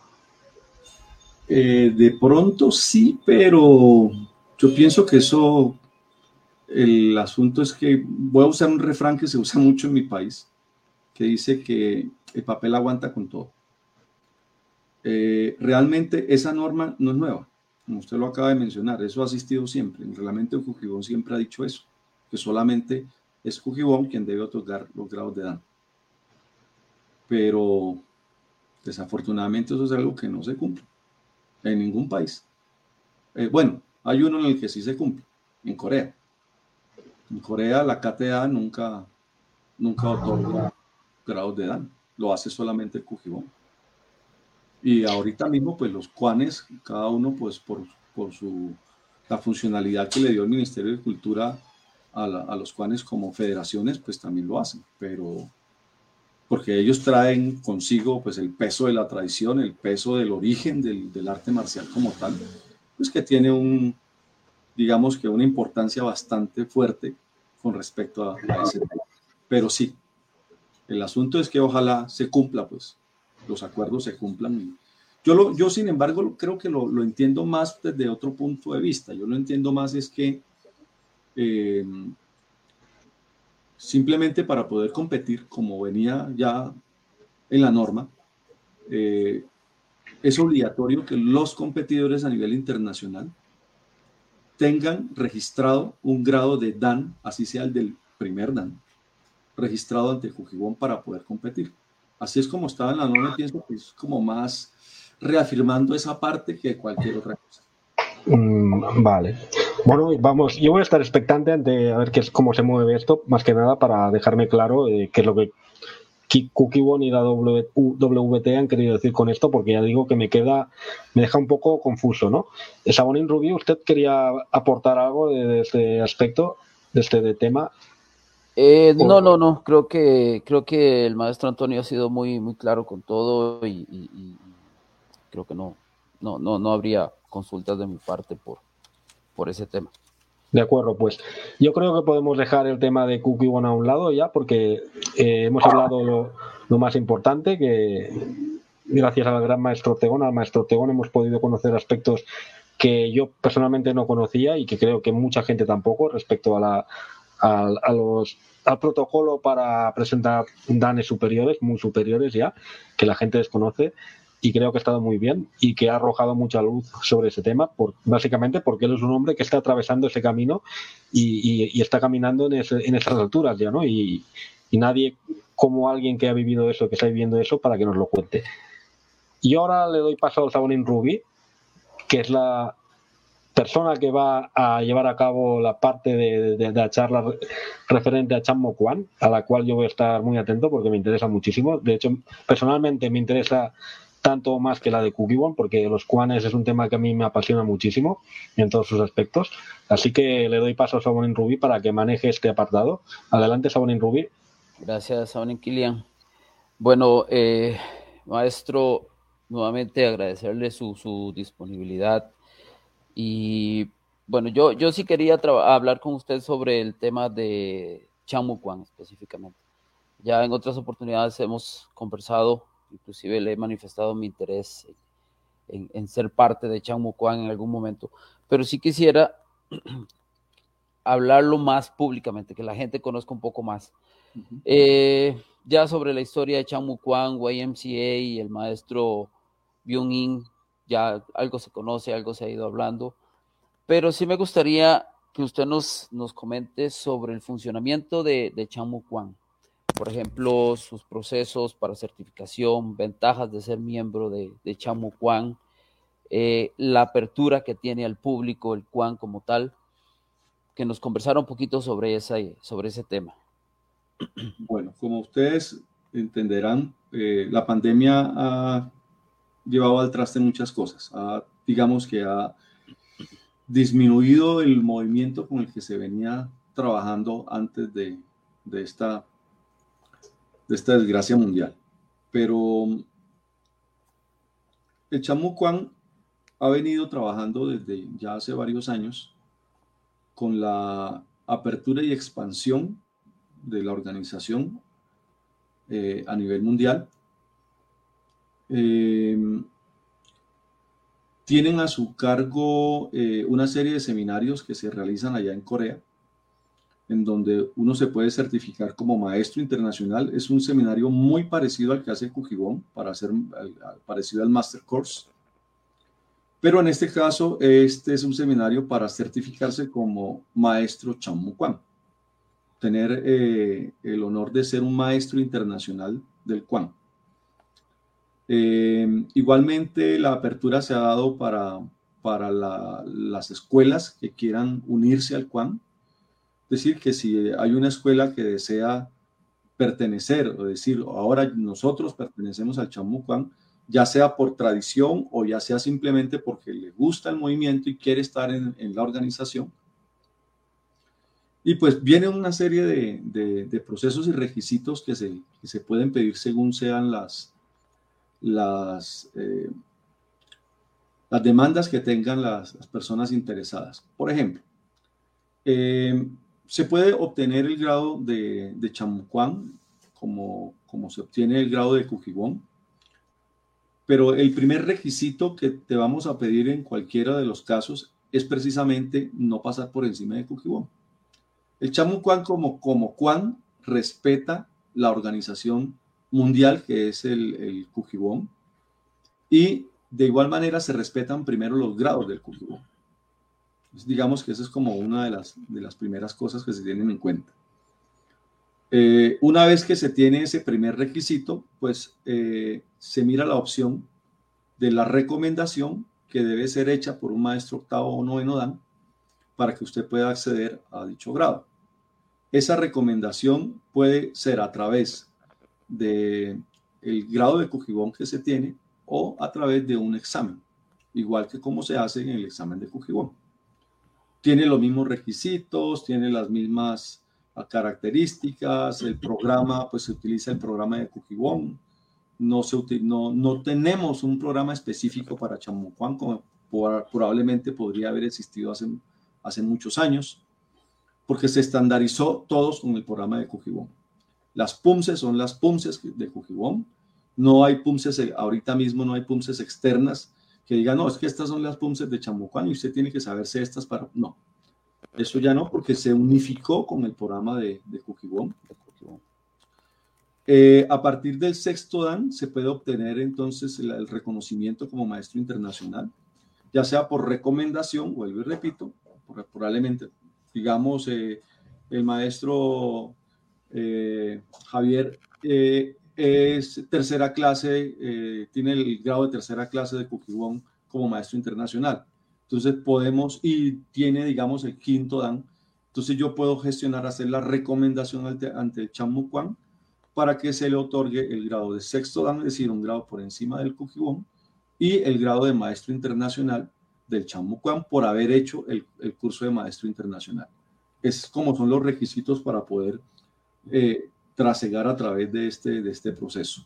De pronto sí, pero yo pienso que eso, el asunto es que voy a usar un refrán que se usa mucho en mi país, que dice que el papel aguanta con todo. Realmente esa norma no es nueva. como usted lo acaba de mencionar, eso ha existido siempre. El reglamento de Cujibón siempre ha dicho eso, que solamente es Cujibón quien debe otorgar los grados de Dan. Pero desafortunadamente eso es algo que no se cumple en ningún país. Bueno, hay uno en el que sí se cumple, en Corea. En Corea la KTA nunca otorga grados de Dan, lo hace solamente el Cujibón. Y ahorita mismo, pues los CUANES, cada uno, pues por la funcionalidad que le dio el Ministerio de Cultura a los CUANES como federaciones, pues también lo hacen, pero porque ellos traen consigo pues el peso de la tradición, el peso del origen del arte marcial como tal, pues que tiene digamos que una importancia bastante fuerte con respecto a ese tema. Pero sí, el asunto es que ojalá se cumpla, pues los acuerdos se cumplan. Yo sin embargo, creo que lo entiendo más desde otro punto de vista. Yo lo entiendo más es que simplemente para poder competir, como venía ya en la norma, es obligatorio que los competidores a nivel internacional tengan registrado un grado de Dan, así sea el del primer Dan, registrado ante Cujibón para poder competir. Así es como estaba en la norma, pienso que es como más reafirmando esa parte que cualquier otra cosa. Vale. Bueno, vamos, yo voy a estar expectante ante a ver cómo se mueve esto, más que nada para dejarme claro qué es lo que Cujibón y la WT han querido decir con esto, porque ya digo que me deja un poco confuso, ¿no? Sabonín Rubí, ¿usted quería aportar algo de este aspecto, de este tema? No. Creo que el maestro Antonio ha sido muy, muy claro con todo y creo que no habría consultas de mi parte por ese tema. De acuerdo, pues yo creo que podemos dejar el tema de Cujibón a un lado ya, porque hemos hablado lo más importante, que gracias al gran maestro Ortegón, hemos podido conocer aspectos que yo personalmente no conocía y que creo que mucha gente tampoco respecto al protocolo para presentar danes superiores, muy superiores ya, que la gente desconoce, y creo que ha estado muy bien y que ha arrojado mucha luz sobre ese tema, básicamente porque él es un hombre que está atravesando ese camino y está caminando en esas alturas ya, ¿no? Y nadie como alguien que ha vivido eso, que está viviendo eso, para que nos lo cuente. Y ahora le doy paso al Sabonín Rubí, que es la persona que va a llevar a cabo la parte de la charla referente a Chan Mo Kwan, a la cual yo voy a estar muy atento porque me interesa muchísimo. De hecho, personalmente me interesa tanto más que la de Cujibón, porque los Kwanes es un tema que a mí me apasiona muchísimo en todos sus aspectos. Así que le doy paso a Sabonín Rubí para que maneje este apartado. Adelante, Sabonín Rubí. Gracias, Sabonín Kilian. Bueno, maestro, nuevamente agradecerle su disponibilidad. Y bueno, yo sí quería hablar con usted sobre el tema de Chan Mo Kwan específicamente. Ya en otras oportunidades hemos conversado, inclusive le he manifestado mi interés en ser parte de Chan Mo Kwan en algún momento, pero sí quisiera hablarlo más públicamente, que la gente conozca un poco más. Ya sobre la historia de Chan Mo Kwan, YMCA y el maestro Byung-in, ya algo se conoce, algo se ha ido hablando, pero sí me gustaría que usted nos comente sobre el funcionamiento de Chan Mo Kwan. Por ejemplo, sus procesos para certificación, ventajas de ser miembro de Chan Mo Kwan, la apertura que tiene al público, el Kwan como tal, que nos conversara un poquito sobre ese tema. Bueno, como ustedes entenderán, la pandemia ha llevado al traste muchas cosas. Digamos que ha disminuido el movimiento con el que se venía trabajando antes de esta desgracia mundial. Pero el Chan Mo Kwan ha venido trabajando desde ya hace varios años con la apertura y expansión de la organización a nivel mundial. Tienen a su cargo una serie de seminarios que se realizan allá en Corea, en donde uno se puede certificar como maestro internacional. Es un seminario muy parecido al que hace Cujibón, parecido al Master Course. Pero en este caso, este es un seminario para certificarse como maestro Chamucuán, tener el honor de ser un maestro internacional del Cuán. Igualmente, la apertura se ha dado para las escuelas que quieran unirse al Cuán. Es decir, que si hay una escuela que desea pertenecer, o decir, ahora nosotros pertenecemos al Chamucuán, ya sea por tradición o ya sea simplemente porque le gusta el movimiento y quiere estar en la organización. Y pues viene una serie de procesos y requisitos que se pueden pedir según sean las demandas que tengan las personas interesadas. Por ejemplo, se puede obtener el grado de Chamucuán como se obtiene el grado de Cujibón, pero el primer requisito que te vamos a pedir en cualquiera de los casos es precisamente no pasar por encima de Cujibón. El Chamucuán como Cuán respeta la organización mundial que es el Cujibón, y de igual manera se respetan primero los grados del Cujibón. Entonces, digamos que esa es como una de las primeras cosas que se tienen en cuenta. Una vez que se tiene ese primer requisito, pues se mira la opción de la recomendación que debe ser hecha por un maestro octavo o noveno dan para que usted pueda acceder a dicho grado. Esa recomendación puede ser a través del grado de Cujibón que se tiene o a través de un examen, igual que como se hace en el examen de Cujibón. Tiene los mismos requisitos, tiene las mismas características, el programa, pues se utiliza el programa de Cujibón, no tenemos un programa específico para Chamucuán como probablemente podría haber existido hace muchos años, porque se estandarizó todos con el programa de Cujibón. Las PUMCES son las PUMCES de Cujibón, no hay PUMCES, ahorita mismo no hay PUMCES externas que digan, no, es que estas son las PUMCES de Chamucuán y usted tiene que saberse estas para... No, eso ya no, porque se unificó con el programa de Cujibón. A partir del sexto dan se puede obtener entonces el reconocimiento como maestro internacional, ya sea por recomendación, vuelvo y repito, probablemente, digamos, el maestro Javier es tercera clase, tiene el grado de tercera clase de Cujibón como maestro internacional. Entonces podemos, y tiene, digamos, el quinto dan, entonces yo puedo gestionar, hacer la recomendación ante el Chamucuán para que se le otorgue el grado de sexto dan, es decir, un grado por encima del Cujibón, y el grado de maestro internacional del Chamucuán por haber hecho el curso de maestro internacional. Es como son los requisitos para poder trasegar a través de este proceso.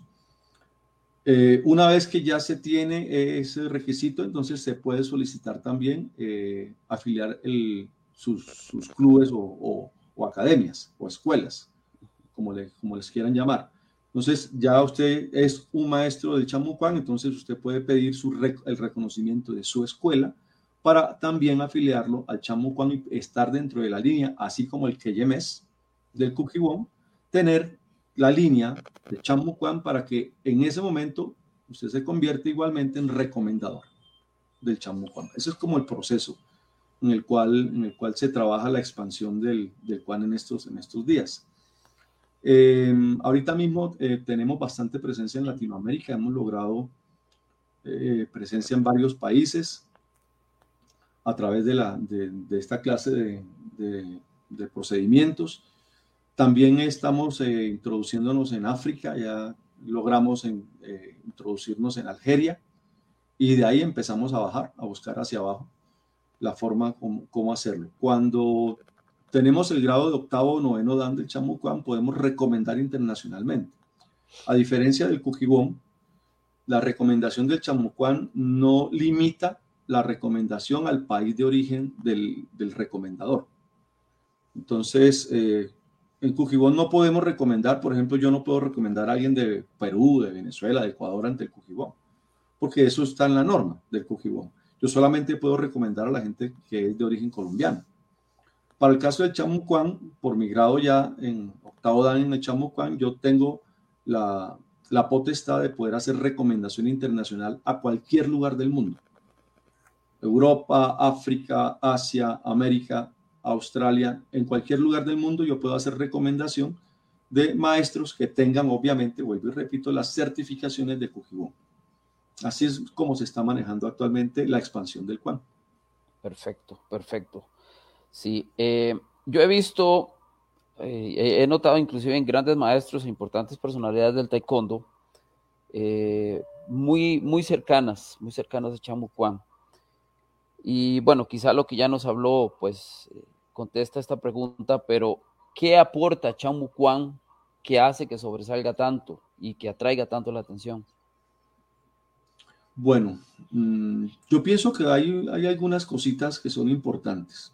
Una vez que ya se tiene ese requisito, entonces se puede solicitar también afiliar sus clubes o academias o escuelas, como les quieran llamar. Entonces ya usted es un maestro del Chamucuán, entonces usted puede pedir el reconocimiento de su escuela para también afiliarlo al Chamucuán y estar dentro de la línea, así como el Queyemes del Cujibón, tener la línea de Chamucuán para que en ese momento usted se convierte igualmente en recomendador del Chamucuán. Ese es como el proceso en el cual se trabaja la expansión del Cuán en estos días. Ahorita mismo tenemos bastante presencia en Latinoamérica, hemos logrado presencia en varios países a través de esta clase de procedimientos. También estamos introduciéndonos en África, ya logramos introducirnos en Algeria y de ahí empezamos a bajar, a buscar hacia abajo la forma cómo hacerlo. Cuando tenemos el grado de octavo o noveno dan del Chamucuán, podemos recomendar internacionalmente. A diferencia del Cujibón, la recomendación del Chamucuán no limita la recomendación al país de origen del recomendador. Entonces, en Cujibón no podemos recomendar, por ejemplo, yo no puedo recomendar a alguien de Perú, de Venezuela, de Ecuador ante el Cujibón, porque eso está en la norma del Cujibón. Yo solamente puedo recomendar a la gente que es de origen colombiano. Para el caso del Chamucuán, por mi grado ya en octavo dan en el Chamucuán, yo tengo la potestad de poder hacer recomendación internacional a cualquier lugar del mundo. Europa, África, Asia, América, Australia, en cualquier lugar del mundo yo puedo hacer recomendación de maestros que tengan, obviamente, vuelvo y repito, las certificaciones de Cuquibón. Así es como se está manejando actualmente la expansión del Kwon. Perfecto, perfecto. Sí, yo he visto, he notado inclusive en grandes maestros e importantes personalidades del taekwondo, muy cercanas a Chamu Kwon. Y bueno, quizá lo que ya nos habló, pues contesta esta pregunta, pero ¿qué aporta Chamu Kwon que hace que sobresalga tanto y que atraiga tanto la atención? Bueno, yo pienso que hay algunas cositas que son importantes.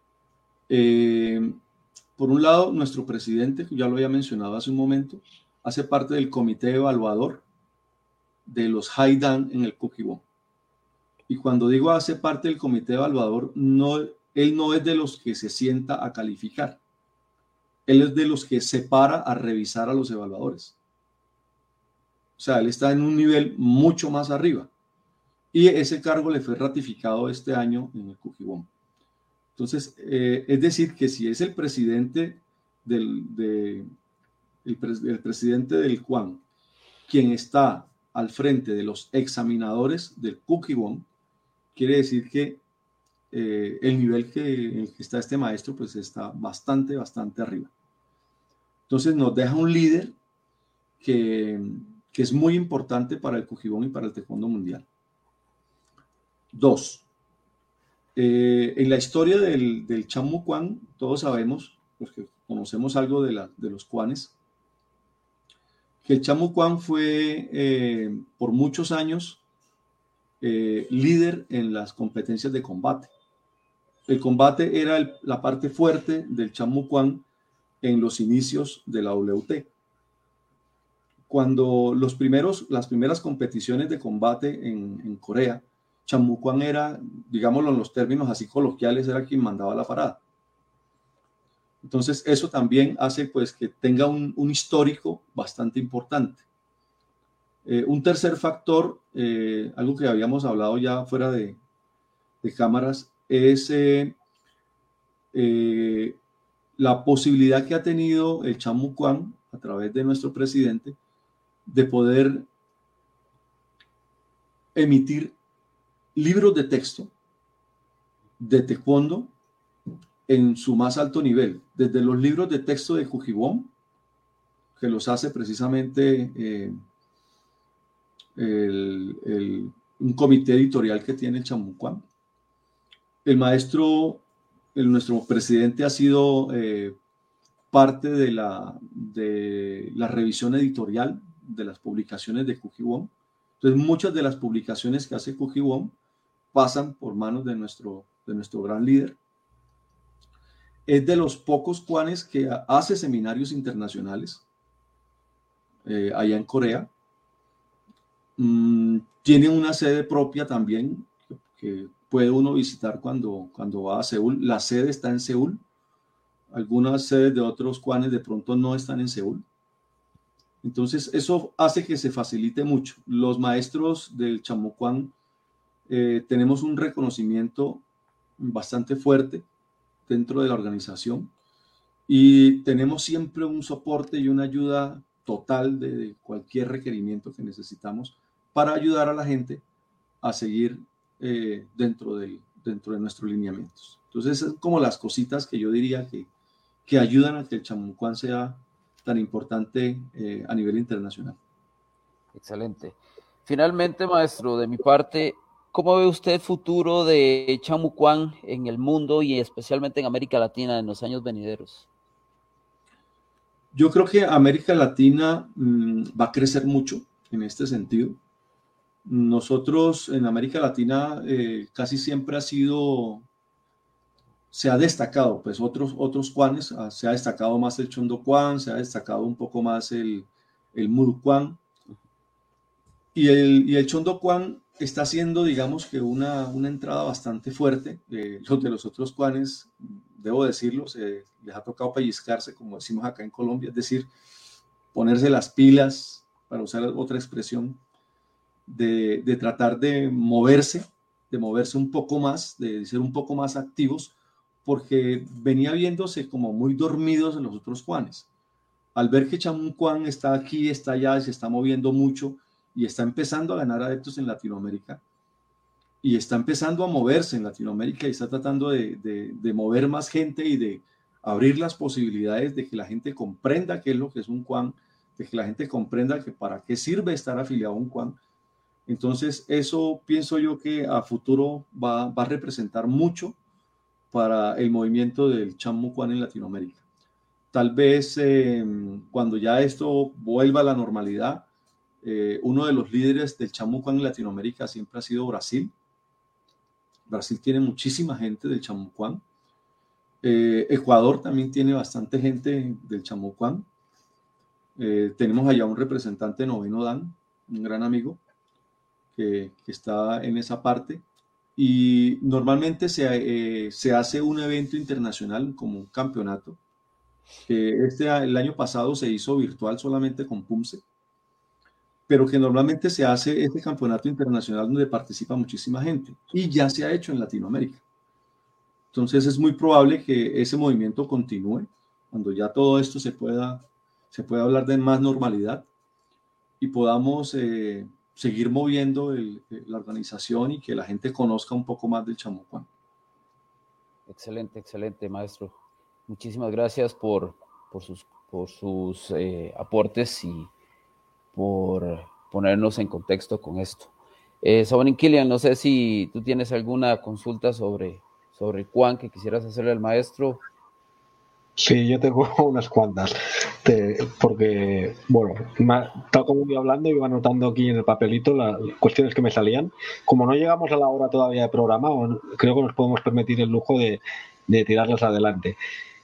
Por un lado, nuestro presidente, que ya lo había mencionado hace un momento, hace parte del comité evaluador de los Haidan en el Cuquibón. Y cuando digo hace parte del comité evaluador, él no es de los que se sienta a calificar. Él es de los que se para a revisar a los evaluadores. O sea, él está en un nivel mucho más arriba. Y ese cargo le fue ratificado este año en el Cuquibón. Entonces, es decir, que si es el presidente el presidente del Kwon quien está al frente de los examinadores del Cuquibón, quiere decir que el nivel en el que está este maestro pues está bastante arriba. Entonces nos deja un líder que es muy importante para el Cuquibón y para el taekwondo mundial. 2. En la historia del Chamu Kwon, todos sabemos, los que conocemos algo de los Kwanes, que el Chamu Kwon fue por muchos años líder en las competencias de combate. El combate era la parte fuerte del Chamu Kwon en los inicios de la WT. Cuando las primeras competiciones de combate en Corea, Chamu Kwon era, digámoslo en los términos así coloquiales, era quien mandaba la parada. Entonces eso también hace pues que tenga un histórico bastante importante. Un tercer factor, algo que habíamos hablado ya fuera de cámaras, es la posibilidad que ha tenido el Chamu Kwon a través de nuestro presidente de poder emitir libros de texto de taekwondo en su más alto nivel, desde los libros de texto de Cuquibón, que los hace precisamente un comité editorial que tiene el Chamu Kwon. Nuestro presidente ha sido parte de la revisión editorial de las publicaciones de Cuquibón. Entonces, muchas de las publicaciones que hace Cuquibón pasan por manos de nuestro gran líder. Es de los pocos Kwanes que hace seminarios internacionales allá en Corea. Tiene una sede propia también que puede uno visitar cuando va a Seúl. La sede está en Seúl. Algunas sedes de otros Kwanes de pronto no están en Seúl. Entonces, eso hace que se facilite mucho. Los maestros del Chamu Kwon tenemos un reconocimiento bastante fuerte dentro de la organización y tenemos siempre un soporte y una ayuda total de cualquier requerimiento que necesitamos para ayudar a la gente a seguir dentro de nuestros lineamientos. Entonces, son como las cositas que yo diría que ayudan a que el Chamu Kwon sea tan importante a nivel internacional. Excelente. Finalmente, maestro, de mi parte, ¿cómo ve usted el futuro de Chamu Kwon en el mundo y especialmente en América Latina en los años venideros? Yo creo que América Latina va a crecer mucho en este sentido. Nosotros en América Latina casi siempre se ha destacado, pues otros Kwanes, se ha destacado más el Chondo Kwon, se ha destacado un poco más el Muru Kwon. Y el Chondo Kwon está haciendo, digamos que una entrada bastante fuerte. Los otros Kwanes, debo decirlo, les ha tocado pellizcarse, como decimos acá en Colombia, es decir, ponerse las pilas, para usar otra expresión, de tratar de moverse de moverse un poco más, de ser un poco más activos, porque venía viéndose como muy dormidos en los otros Juanes. Al ver que Chamucuán está aquí, está allá, se está moviendo mucho y está empezando a ganar adeptos en Latinoamérica, y está empezando a moverse en Latinoamérica y está tratando de mover más gente y de abrir las posibilidades de que la gente comprenda qué es lo que es un Juan, de que la gente comprenda que para qué sirve estar afiliado a un Juan. Entonces, eso pienso yo que a futuro va a representar mucho para el movimiento del Chamucuán en Latinoamérica. Tal vez cuando ya esto vuelva a la normalidad, uno de los líderes del Chamucuán en Latinoamérica siempre ha sido Brasil. Brasil tiene muchísima gente del Chamucuán. Ecuador también tiene bastante gente del Chamucuán. Tenemos allá un representante, Noveno Dan, un gran amigo que está en esa parte. Y normalmente se hace un evento internacional como un campeonato. El año pasado se hizo virtual solamente con PUMSE, pero que normalmente se hace este campeonato internacional donde participa muchísima gente y ya se ha hecho en Latinoamérica. Entonces es muy probable que ese movimiento continúe cuando ya todo esto se pueda hablar de más normalidad y podamos seguir moviendo la organización y que la gente conozca un poco más del Chamucuán. Excelente, excelente, maestro. Muchísimas gracias por sus aportes y por ponernos en contexto con esto. Sabonín Kilian, no sé si tú tienes alguna consulta sobre Juan que quisieras hacerle al maestro. Sí, yo tengo unas cuantas, porque, bueno, tal como iba hablando, iba anotando aquí en el papelito las cuestiones que me salían. Como no llegamos a la hora todavía de programa, creo que nos podemos permitir el lujo de tirarlas adelante.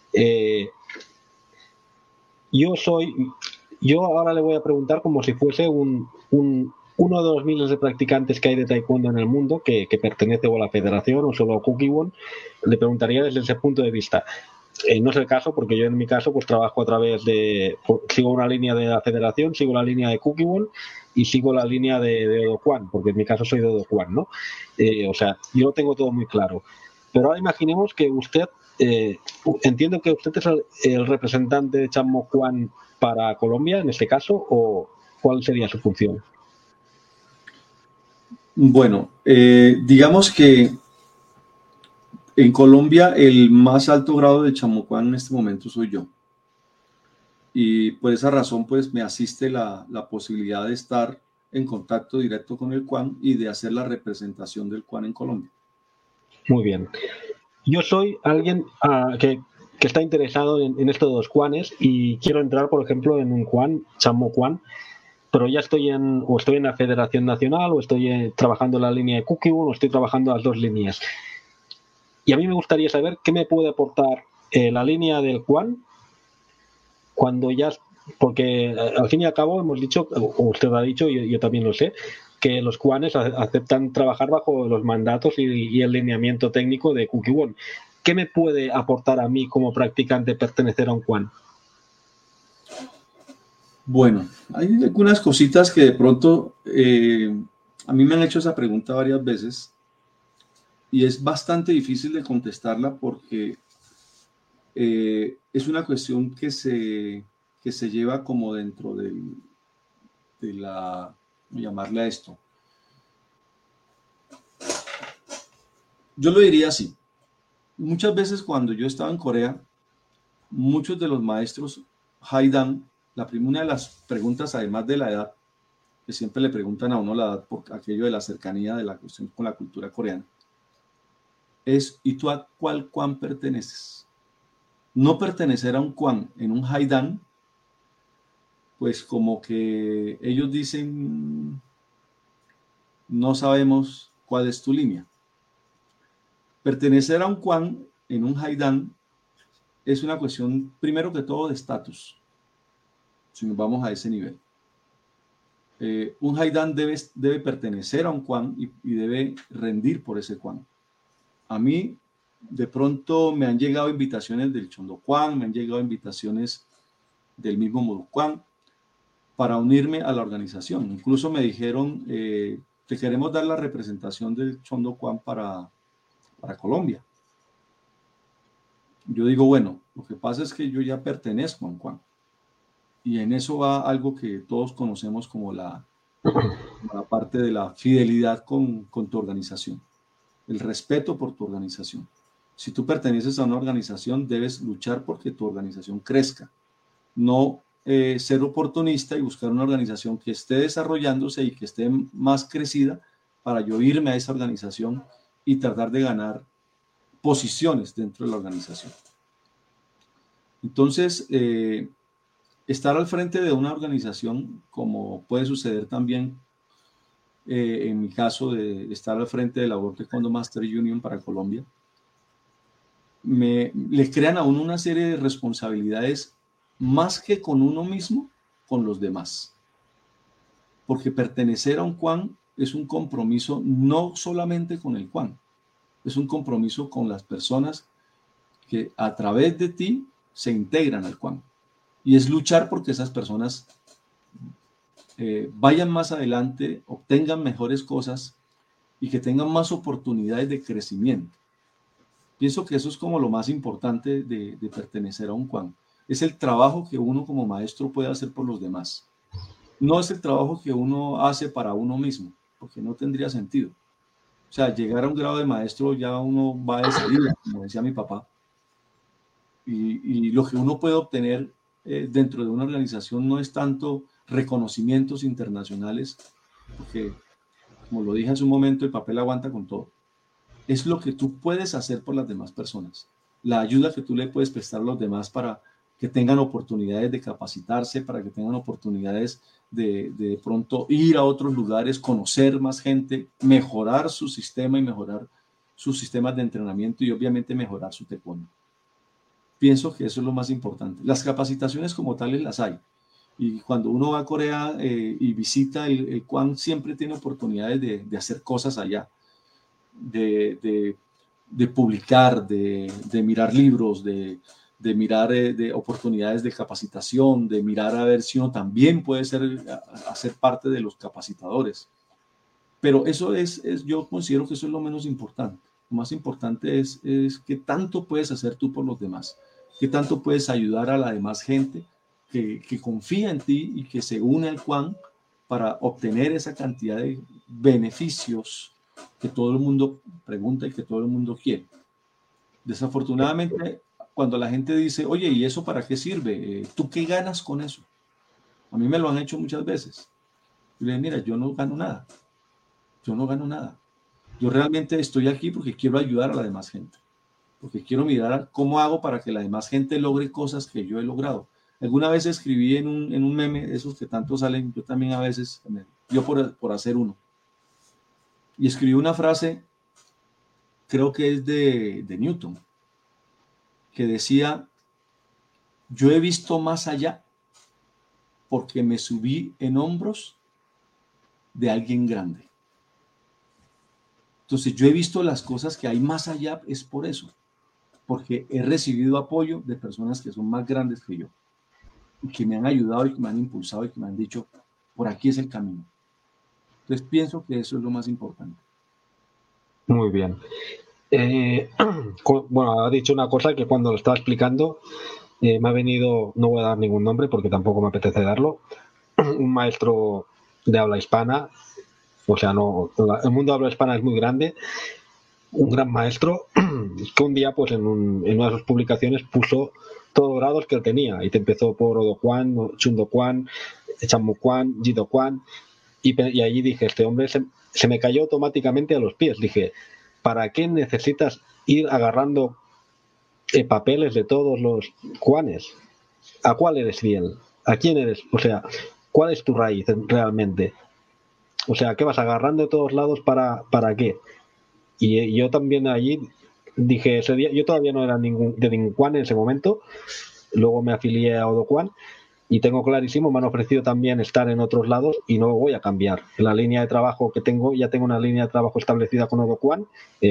Yo ahora le voy a preguntar como si fuese uno de los miles de practicantes que hay de taekwondo en el mundo, que pertenece o a la federación o solo a Kukkiwon. Le preguntaría desde ese punto de vista. No es el caso, porque yo en mi caso pues trabajo a través sigo una línea de la federación, sigo la línea de Kukkiwon y sigo la línea de Do Kwon, porque en mi caso soy de Do Kwon, ¿no? O sea, yo lo tengo todo muy claro. Pero ahora imaginemos que usted, entiendo que usted es el representante de Chamucuán para Colombia, en este caso, o ¿cuál sería su función? Bueno, digamos que en Colombia el más alto grado de Chamucuán en este momento soy yo. Y por esa razón pues me asiste la posibilidad de estar en contacto directo con el Kwon y de hacer la representación del Kwon en Colombia. Muy bien. Yo soy alguien que está interesado en esto de los Kwanes y quiero entrar, por ejemplo, en un Kwon, Chamucuán, pero ya estoy en la Federación Nacional o estoy trabajando en la línea de Kukkiwon o estoy trabajando las dos líneas. Y a mí me gustaría saber qué me puede aportar la línea del Kwon cuando ya, porque al fin y al cabo hemos dicho, o usted ha dicho, y yo también lo sé, que los Kwanes aceptan trabajar bajo los mandatos y el lineamiento técnico de Kukkiwon. ¿Qué me puede aportar a mí como practicante pertenecer a un Kwon? Bueno, hay algunas cositas que de pronto a mí me han hecho esa pregunta varias veces y es bastante difícil de contestarla porque es una cuestión que se lleva como dentro de la, ¿cómo llamarle a esto? Yo lo diría así. Muchas veces cuando yo estaba en Corea, muchos de los maestros Haidan, una de las preguntas, además de la edad, que siempre le preguntan a uno la edad por aquello de la cercanía de la cuestión con la cultura coreana, es ¿y tú a cuál Kwon perteneces? No pertenecer a un Kwon en un Haidan, pues como que ellos dicen, no sabemos cuál es tu línea. Pertenecer a un Kwon en un Haidan es una cuestión, primero que todo, de estatus, si nos vamos a ese nivel. Un Haidan debe pertenecer a un Kwon y debe rendir por ese Kwon. A mí, de pronto, me han llegado invitaciones del Chondo Kwon, me han llegado invitaciones del mismo Modo Kwon para unirme a la organización. Incluso me dijeron, te queremos dar la representación del Chondo Kwan para Colombia. Yo digo, bueno, lo que pasa es que yo ya pertenezco a un Kwan. Y en eso va algo que todos conocemos como la parte de la fidelidad con tu organización, el respeto por tu organización. Si tú perteneces a una organización, debes luchar porque tu organización crezca, no ser oportunista y buscar una organización que esté desarrollándose y que esté más crecida para yo irme a esa organización y tratar de ganar posiciones dentro de la organización. Entonces, estar al frente de una organización, como puede suceder también en mi caso de estar al frente de la World Taekwondo Master Union para Colombia, le crean a uno una serie de responsabilidades más que con uno mismo, con los demás. Porque pertenecer a un Kwan es un compromiso no solamente con el Kwan, es un compromiso con las personas que a través de ti se integran al Kwan. Y es luchar porque esas personas vayan más adelante, obtengan mejores cosas y que tengan más oportunidades de crecimiento. Pienso que eso es como lo más importante de pertenecer a un Kwan. Es el trabajo que uno como maestro puede hacer por los demás. No es el trabajo que uno hace para uno mismo, porque no tendría sentido. O sea, llegar a un grado de maestro ya uno va de salida, como decía mi papá. Y lo que uno puede obtener dentro de una organización no es tanto reconocimientos internacionales, porque, como lo dije hace un momento, el papel aguanta con todo. Es lo que tú puedes hacer por las demás personas, la ayuda que tú le puedes prestar a los demás para que tengan oportunidades de capacitarse, para que tengan oportunidades de pronto ir a otros lugares, conocer más gente, mejorar su sistema y mejorar sus sistemas de entrenamiento y obviamente mejorar su taekwondo. Pienso que eso es lo más importante. Las capacitaciones como tales las hay. Y cuando uno va a Corea y visita el Kwan, siempre tiene oportunidades de hacer cosas allá, de publicar, de mirar libros, de mirar de oportunidades de capacitación, de mirar a ver si uno también puede hacer parte de los capacitadores. Pero eso yo considero que eso es lo menos importante. Lo más importante es qué tanto puedes hacer tú por los demás, qué tanto puedes ayudar a la demás gente que confía en ti y que se une al Kwan para obtener esa cantidad de beneficios que todo el mundo pregunta y que todo el mundo quiere. Desafortunadamente, cuando la gente dice, oye, ¿y eso para qué sirve? ¿Tú qué ganas con eso? A mí me lo han hecho muchas veces. Yo le digo, mira, yo no gano nada. Yo no gano nada. Yo realmente estoy aquí porque quiero ayudar a la demás gente. Porque quiero mirar cómo hago para que la demás gente logre cosas que yo he logrado. Alguna vez escribí en un meme, esos que tanto salen, yo también a veces, yo por hacer uno. Y escribí una frase, creo que es de Newton, que decía, yo he visto más allá porque me subí en hombros de alguien grande. Entonces yo he visto las cosas que hay más allá, es por eso, porque he recibido apoyo de personas que son más grandes que yo, y que me han ayudado y que me han impulsado y que me han dicho, por aquí es el camino. Entonces pienso que eso es lo más importante. Muy bien. Bueno, ha dicho una cosa que cuando lo estaba explicando me ha venido, no voy a dar ningún nombre porque tampoco me apetece darlo, un maestro de habla hispana, o sea, no, el mundo de habla hispana es muy grande, un gran maestro que un día pues en una de sus publicaciones puso todos los grados que él tenía y te empezó por Odo Kwan, Chundo Kwan, Chammu Kwan, Jido Kwan y allí dije, este hombre se me cayó automáticamente a los pies. Dije, ¿para qué necesitas ir agarrando papeles de todos los Kwanes? ¿A cuál eres fiel? ¿A quién eres? O sea, ¿cuál es tu raíz realmente? O sea, ¿qué vas agarrando de todos lados para qué? Y yo también allí dije, ese día, yo todavía no era de ningún Kwan en ese momento, luego me afilié a Odo Kwan y tengo clarísimo, me han ofrecido también estar en otros lados y no voy a cambiar. En la línea de trabajo que tengo, ya tengo una línea de trabajo establecida con Odo Kwan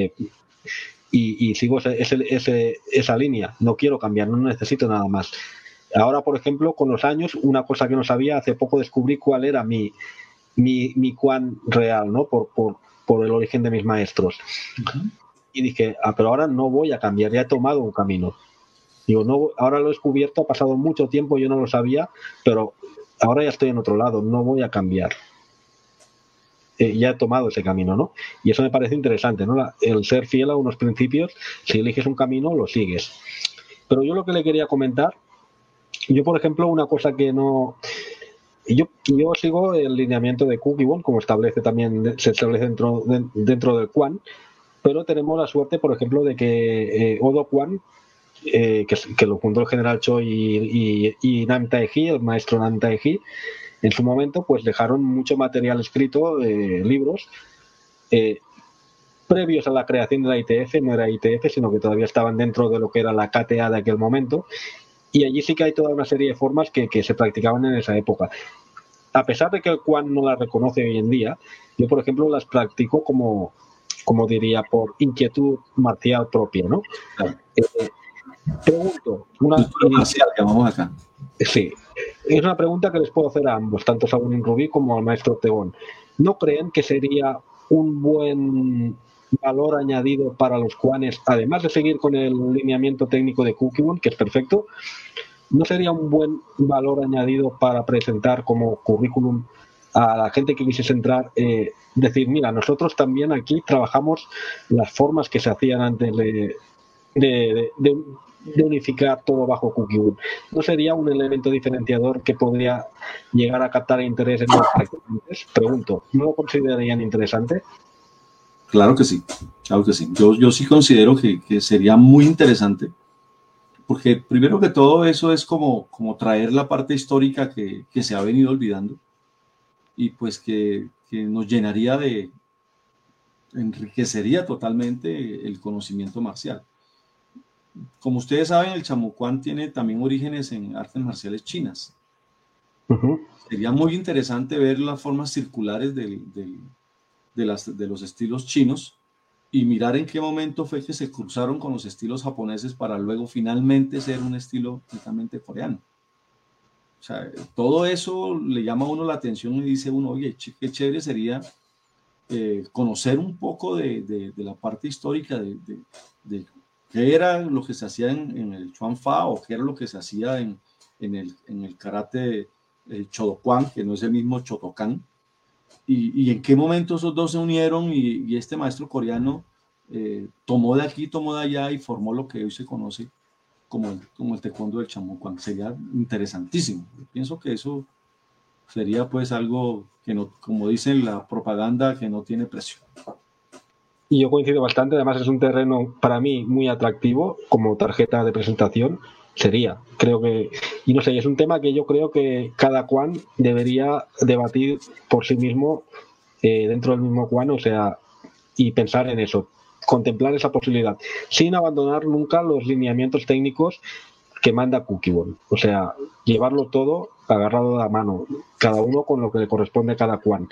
y sigo esa línea, no quiero cambiar, no necesito nada más. Ahora, por ejemplo, con los años, una cosa que no sabía, hace poco descubrí cuál era mi mi Quan real, ¿no? Por el origen de mis maestros. Y dije, pero ahora no voy a cambiar, ya he tomado un camino. Digo, no, ahora lo he descubierto, ha pasado mucho tiempo, yo no lo sabía, pero ahora ya estoy en otro lado, no voy a cambiar. Ya he tomado ese camino, ¿no? Y eso me parece interesante, ¿no? El ser fiel a unos principios, si eliges un camino, lo sigues. Pero yo lo que le quería comentar, yo, por ejemplo, una cosa que no... Yo sigo el lineamiento de Kukibon, como se establece dentro del Quan, pero tenemos la suerte, por ejemplo, de que Odo Quan, que lo fundó el general Choi y Nam Taeji, el maestro Nam Taeji, en su momento pues dejaron mucho material escrito, libros, previos a la creación de la ITF. No era ITF, sino que todavía estaban dentro de lo que era la KTA de aquel momento, y allí sí que hay toda una serie de formas que se practicaban en esa época. A pesar de que el Quan no las reconoce hoy en día, yo, por ejemplo, las practico como diría, por inquietud marcial propia, ¿no? Claro. Pregunto, marcial que llamamos acá. Sí, es una pregunta que les puedo hacer a ambos, tanto a Sabunín Rubí como al maestro Ortegón. ¿No creen que sería un buen valor añadido para los Quanes, además de seguir con el lineamiento técnico de Kukibon, que es perfecto? ¿No sería un buen valor añadido para presentar como currículum a la gente que quisiese entrar, decir, mira, nosotros también aquí trabajamos las formas que se hacían antes de unificar todo bajo Kukibon? ¿No sería un elemento diferenciador que podría llegar a captar interés en los practicantes? Pregunto, ¿no lo considerarían interesante? Claro que sí, claro que sí. Yo sí considero que sería muy interesante, porque primero que todo eso es como traer la parte histórica que se ha venido olvidando, y pues que nos llenaría enriquecería totalmente el conocimiento marcial. Como ustedes saben, el chamucuán tiene también orígenes en artes marciales chinas. Sería muy interesante ver las formas circulares de los estilos chinos y mirar en qué momento fue que se cruzaron con los estilos japoneses para luego finalmente ser un estilo netamente coreano. O sea, todo eso le llama a uno la atención y dice uno, oye, qué chévere sería conocer un poco de la parte histórica de qué era lo que se hacía en el Chuan Fa, o qué era lo que se hacía en el karate Chodokwang, que no es el mismo Chotokan, y en qué momento esos dos se unieron y este maestro coreano tomó de aquí, tomó de allá y formó lo que hoy se conoce como el taekwondo del Chamucuán. Sería interesantísimo. Yo pienso que eso sería pues algo que no, como dicen la propaganda, que no tiene precio. Y yo coincido bastante, además es un terreno para mí muy atractivo como tarjeta de presentación. Creo que, y no sé, es un tema que yo creo que cada Quan debería debatir por sí mismo dentro del mismo Quan, o sea, y pensar en eso, contemplar esa posibilidad, sin abandonar nunca los lineamientos técnicos que manda Kukibon. O sea, llevarlo todo agarrado de la mano, cada uno con lo que le corresponde a cada Quan.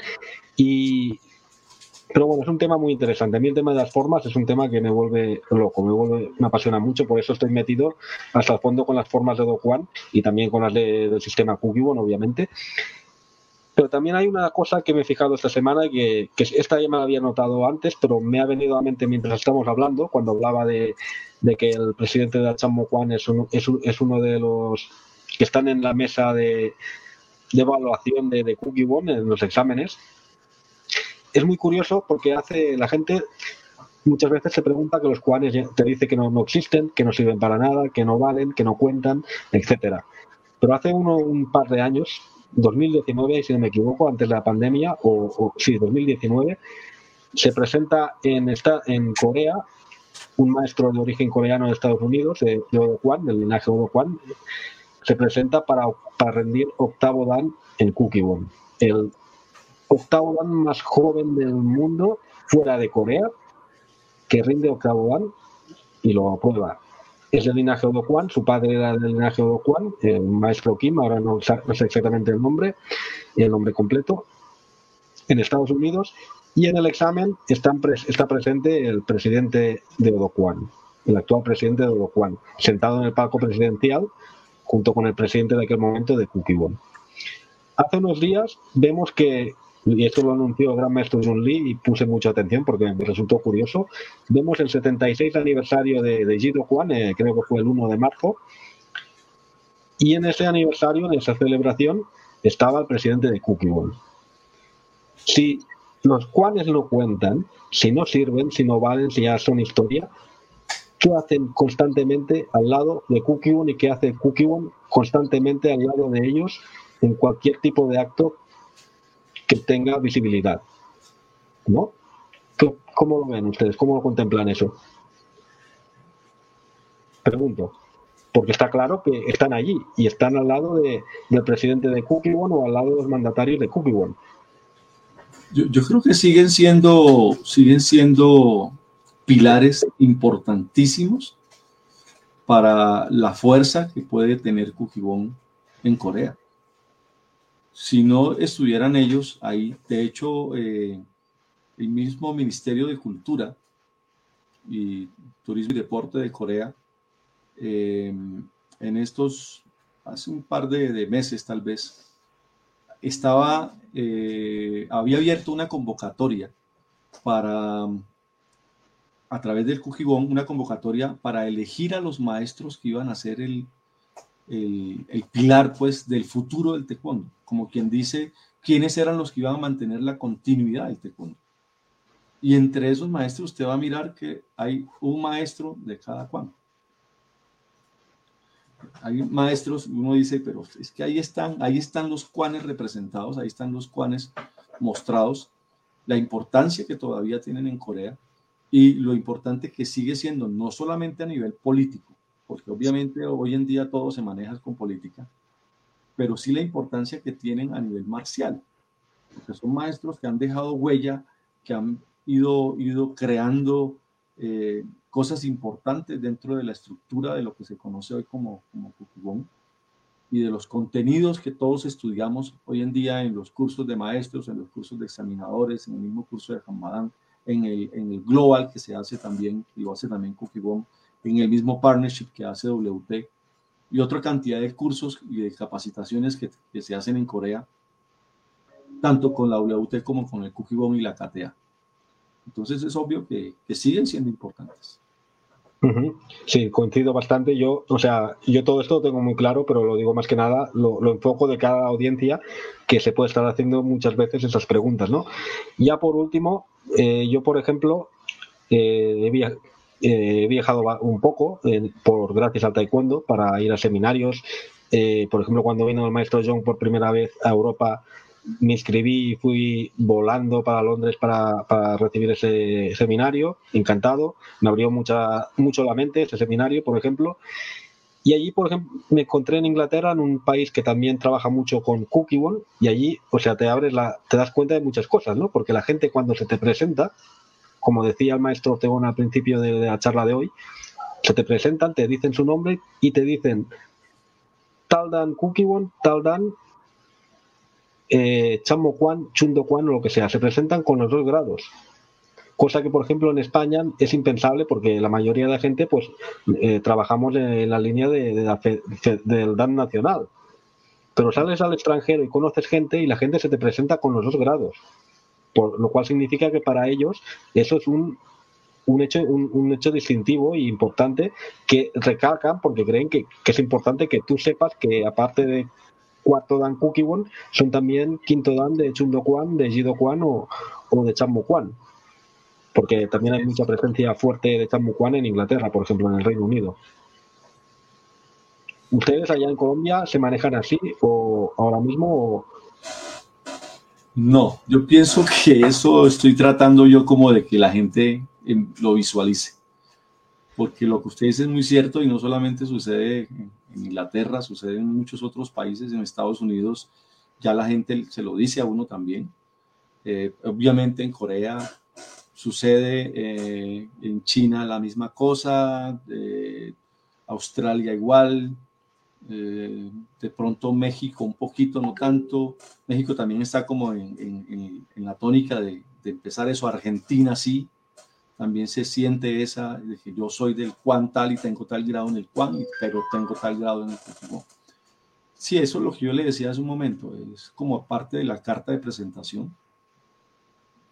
Pero bueno, es un tema muy interesante. A mí el tema de las formas es un tema que me vuelve loco, me apasiona mucho, por eso estoy metido hasta el fondo con las formas de Do Kwon y también con las del sistema Kukibon, obviamente. Pero también hay una cosa que me he fijado esta semana, que esta ya me la había notado antes, pero me ha venido a la mente mientras estamos hablando, cuando hablaba de que el presidente de Chamucuán es uno de los que están en la mesa de evaluación de Kukibon en los exámenes. Es muy curioso porque la gente muchas veces se pregunta que los Kwanes te dice que no existen, que no sirven para nada, que no valen, que no cuentan, etcétera. Pero hace un par de años, 2019, si no me equivoco, antes de la pandemia, sí, 2019, se presenta en Corea un maestro de origen coreano de Estados Unidos, de Odo Kwon, del linaje Odo Kwon, se presenta para rendir octavo dan en Kukibon. El octavo dan más joven del mundo fuera de Corea, que rinde octavo dan y lo aprueba. Es del linaje Odo Kwon, su padre era del linaje Odo Kwon, el maestro Kim, ahora no sé exactamente el nombre completo, en Estados Unidos, y en el examen está presente el presidente de Odo Kwon, el actual presidente de Odo Kwon, sentado en el palco presidencial junto con el presidente de aquel momento de Kukibon. Hace unos días vemos que y esto lo anunció el gran maestro Jun Lee y puse mucha atención porque me resultó curioso. Vemos el 76 aniversario de Ji Do Kwon, creo que fue el 1 de marzo, y en ese aniversario, en esa celebración, estaba el presidente de Kukkiwon. Si los Kwanes no cuentan, si no sirven, si no valen, si ya son historia, ¿qué hacen constantemente al lado de Kukkiwon y qué hace Kukkiwon constantemente al lado de ellos en cualquier tipo de acto que tenga visibilidad? ¿No? ¿Cómo lo ven ustedes? ¿Cómo lo contemplan eso? Pregunto. Porque está claro que están allí y están al lado del presidente de Kukkiwon o al lado de los mandatarios de Kukkiwon. Yo creo que siguen siendo pilares importantísimos para la fuerza que puede tener Kukkiwon en Corea. Si no estuvieran ellos ahí, de hecho, el mismo Ministerio de Cultura y Turismo y Deporte de Corea, hace un par de meses tal vez, había abierto una convocatoria a través del Kukkiwon, una convocatoria para elegir a los maestros que iban a ser el pilar, pues, del futuro del taekwondo, como quien dice, quiénes eran los que iban a mantener la continuidad del taekwondo. Y entre esos maestros usted va a mirar que hay un maestro de cada kwon. Hay maestros, uno dice, pero es que ahí están los kwanes representados, ahí están los kwanes mostrados, la importancia que todavía tienen en Corea y lo importante que sigue siendo, no solamente a nivel político, porque obviamente hoy en día todo se maneja con política, pero sí la importancia que tienen a nivel marcial, porque son maestros que han dejado huella, que han ido creando cosas importantes dentro de la estructura de lo que se conoce hoy como Kukkiwon y de los contenidos que todos estudiamos hoy en día en los cursos de maestros, en los cursos de examinadores, en el mismo curso de Hamadan, en el Global que se hace también, y lo hace también Kukkiwon, en el mismo Partnership que hace WT y otra cantidad de cursos y de capacitaciones que se hacen en Corea, tanto con la WT como con el Kukkiwon y la KTA. Entonces es obvio que siguen siendo importantes. Sí, coincido bastante. Yo todo esto lo tengo muy claro, pero lo digo más que nada, lo enfoco de cada audiencia que se puede estar haciendo muchas veces esas preguntas, ¿no? Ya por último, yo por ejemplo he viajado un poco gracias al taekwondo para ir a seminarios. Por ejemplo, cuando vino el maestro Jong por primera vez a Europa, me inscribí y fui volando para Londres para recibir ese seminario, encantado, me abrió mucho la mente ese seminario, por ejemplo, y allí, por ejemplo, me encontré en Inglaterra, en un país que también trabaja mucho con Kukkiwon, y allí, te das cuenta de muchas cosas, ¿no? Porque la gente cuando se te presenta, como decía el maestro Ortegón al principio de la charla de hoy, se te presentan, te dicen su nombre y te dicen tal dan Kukkiwon, tal dan Chammo Kwan, Chundo Kwan o lo que sea, se presentan con los 2 grados. Cosa que, por ejemplo, en España es impensable porque la mayoría de la gente pues trabajamos en la línea del Dan nacional. Pero sales al extranjero y conoces gente y la gente se te presenta con los 2 grados. Por lo cual significa que para ellos eso es un hecho distintivo e importante que recalcan porque creen que es importante que tú sepas que aparte de 4 dan Kukkiwon, son también 5º dan de Chundo Kwan, de Ji Do Kwon o de Chammo Kwan. Porque también hay mucha presencia fuerte de Chammo Kwan en Inglaterra, por ejemplo, en el Reino Unido. ¿Ustedes allá en Colombia se manejan así o ahora mismo? No, yo pienso que eso estoy tratando yo como de que la gente lo visualice. Porque lo que usted dice es muy cierto y no solamente sucede en Inglaterra, sucede en muchos otros países, en Estados Unidos, ya la gente se lo dice a uno también. Obviamente en Corea sucede, en China la misma cosa, Australia igual, de pronto México un poquito, no tanto. México también está como en la tónica de empezar eso. Argentina sí. También se siente esa de que yo soy del Kwan tal y tengo tal grado en el Kwan, pero tengo tal grado en el Kukkiwon. Sí, eso es lo que yo le decía hace un momento, es como parte de la carta de presentación.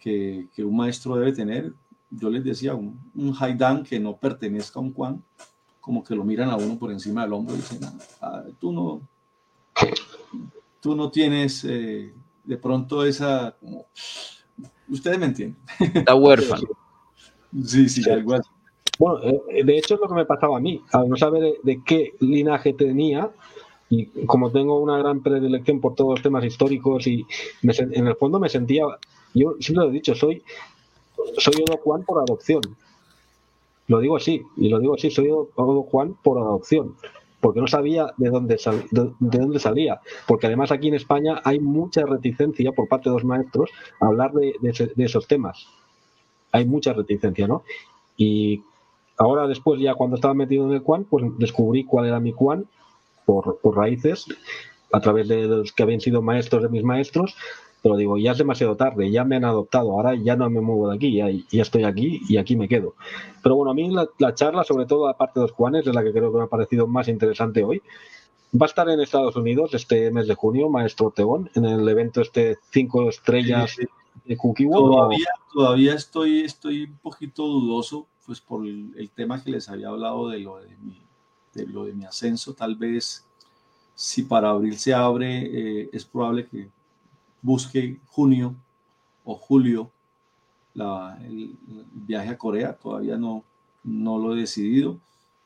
que un maestro debe tener. Yo les decía, un Haidán que no pertenezca a un Quan, como que lo miran a uno por encima del hombro y dicen, tú no tienes de pronto esa, como, ustedes me entienden. Está huérfano. Sí, algo así. Bueno, de hecho es lo que me pasaba a mí, al no saber de qué linaje tenía, y como tengo una gran predilección por todos los temas históricos y en el fondo me sentía, yo siempre lo he dicho, soy Odo Juan por adopción. Lo digo así, soy Odo Juan por adopción, porque no sabía de dónde salía, porque además aquí en España hay mucha reticencia por parte de los maestros a hablar de esos temas. Hay mucha reticencia, ¿no? Y ahora después, ya cuando estaba metido en el Quan, pues descubrí cuál era mi Quan por raíces, a través de los que habían sido maestros de mis maestros, pero digo, ya es demasiado tarde, ya me han adoptado, ahora ya no me muevo de aquí, ya estoy aquí y aquí me quedo. Pero bueno, a mí la charla, sobre todo la parte de los Quanes, es la que creo que me ha parecido más interesante hoy. Va a estar en Estados Unidos este mes de junio, Maestro Ortegón, en el evento 5 estrellas de Kukiwon. Todavía estoy un poquito dudoso, pues por el tema que les había hablado de lo de mi ascenso. Tal vez si para abril se abre, es probable que busque junio o julio el viaje a Corea. Todavía no lo he decidido.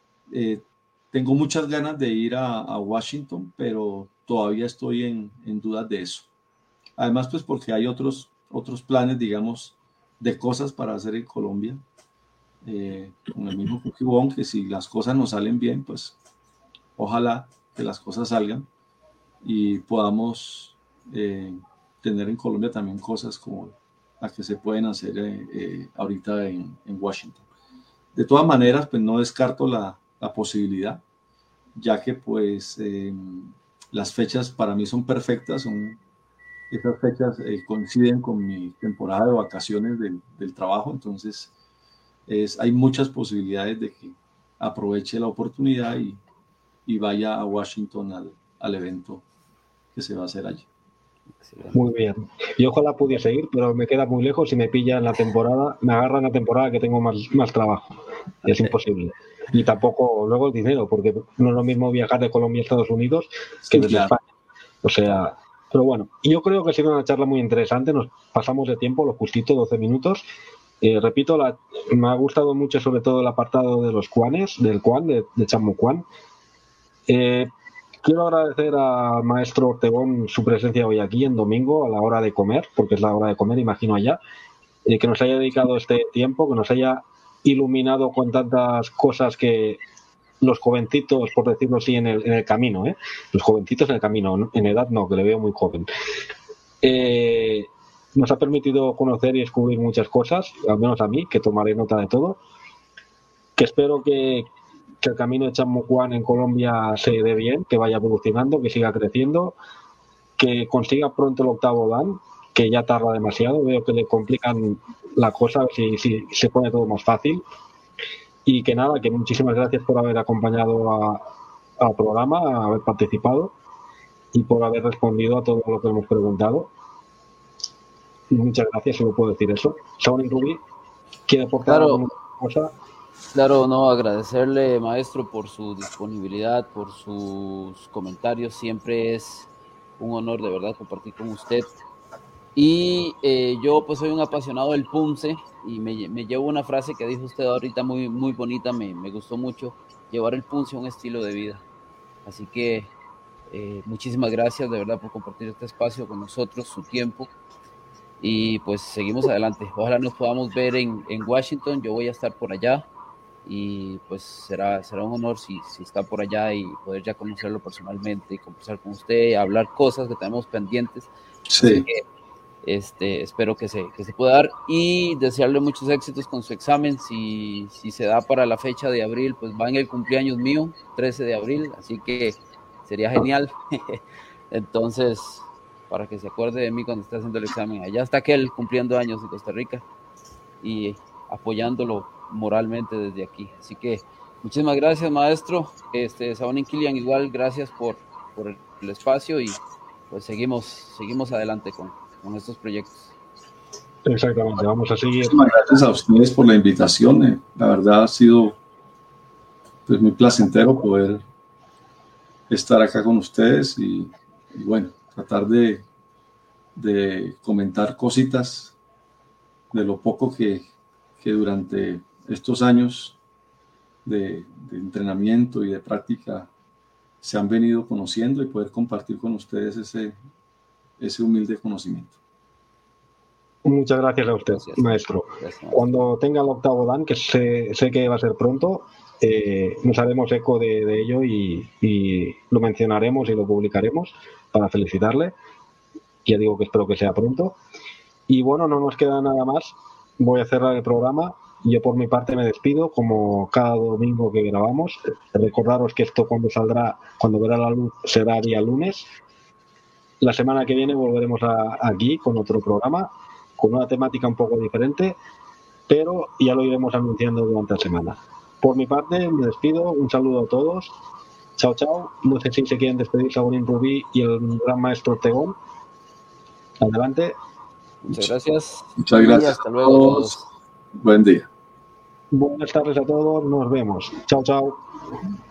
Tengo muchas ganas de ir a Washington, pero todavía estoy en dudas de eso. Además, pues porque hay otros planes, digamos, de cosas para hacer en Colombia, con el mismo Kukiwon, que si las cosas no salen bien, pues ojalá que las cosas salgan y podamos tener en Colombia también cosas como las que se pueden hacer ahorita en Washington. De todas maneras, pues no descarto la posibilidad, ya que pues las fechas para mí son perfectas, esas fechas coinciden con mi temporada de vacaciones del trabajo, entonces hay muchas posibilidades de que aproveche la oportunidad y vaya a Washington al evento que se va a hacer allí. Muy bien. Yo ojalá pudiese ir, pero me queda muy lejos y me pilla en la temporada, me agarra en la temporada que tengo más trabajo. Es imposible. Y tampoco luego el dinero, porque no es lo mismo viajar de Colombia a Estados Unidos que desde España. O sea, pero bueno, yo creo que ha sido una charla muy interesante. Nos pasamos de tiempo, lo justito, 12 minutos. Repito, me ha gustado mucho sobre todo el apartado de los Quanes, del Quan, de Chamu Quan. Quiero agradecer a Maestro Ortegón su presencia hoy aquí en domingo a la hora de comer, porque es la hora de comer, imagino allá, que nos haya dedicado este tiempo, que nos haya iluminado con tantas cosas que los jovencitos, por decirlo así, en el camino, los jovencitos en el camino, en edad no, que le veo muy joven. Nos ha permitido conocer y descubrir muchas cosas, al menos a mí, que tomaré nota de todo, que espero que el camino de Chamu Quan en Colombia se dé bien, que vaya evolucionando, que siga creciendo, que consiga pronto el 8º Dan, que ya tarda demasiado, veo que le complican la cosa, si se pone todo más fácil. Y que nada, que muchísimas gracias por haber acompañado al programa, a haber participado y por haber respondido a todo lo que hemos preguntado. Y muchas gracias, solo puedo decir eso. Shaolin Rubí, ¿quiere aportar alguna cosa? Claro, no, agradecerle, maestro, por su disponibilidad, por sus comentarios. Siempre es un honor, de verdad, compartir con usted. Y yo, pues, soy un apasionado del Punce y me llevo una frase que dijo usted ahorita muy, muy bonita, me gustó mucho, llevar el Punce a un estilo de vida. Así que muchísimas gracias, de verdad, por compartir este espacio con nosotros, su tiempo. Y pues seguimos adelante. Ojalá nos podamos ver en Washington. Yo voy a estar por allá. Y pues será un honor si está por allá y poder ya conocerlo personalmente y conversar con usted, hablar cosas que tenemos pendientes. Sí. Así que, espero que se pueda dar y desearle muchos éxitos con su examen. Si se da para la fecha de abril, pues va en el cumpleaños mío, 13 de abril, así que sería genial. Entonces, para que se acuerde de mí cuando esté haciendo el examen. Allá está aquel cumpliendo años en Costa Rica y apoyándolo moralmente desde aquí. Así que muchísimas gracias, maestro. Shaolin Kilian, igual gracias por el espacio y pues seguimos adelante con estos proyectos. Exactamente, vamos a seguir. Muchísimas gracias a ustedes por la invitación. La verdad ha sido pues, muy placentero poder estar acá con ustedes y bueno, tratar de comentar cositas de lo poco que durante estos años de entrenamiento y de práctica se han venido conociendo y poder compartir con ustedes ese humilde conocimiento. Muchas gracias a usted, maestro. Gracias. Cuando tenga el octavo Dan, que sé que va a ser pronto, nos haremos eco de ello y lo mencionaremos y lo publicaremos para felicitarle. Ya digo que espero que sea pronto. Y bueno, no nos queda nada más. Voy a cerrar el programa. Yo por mi parte me despido, como cada domingo que grabamos. Recordaros que esto cuando verá la luz, será día lunes. La semana que viene volveremos aquí con otro programa, con una temática un poco diferente, pero ya lo iremos anunciando durante la semana. Por mi parte, me despido. Un saludo a todos. Chao, chao. No sé si se quieren despedir Saborín Rubí y el gran maestro Ortegón. Adelante. Muchas gracias. Muchas gracias. Hasta luego a todos. Buen día. Buenas tardes a todos. Nos vemos. Chao, chao.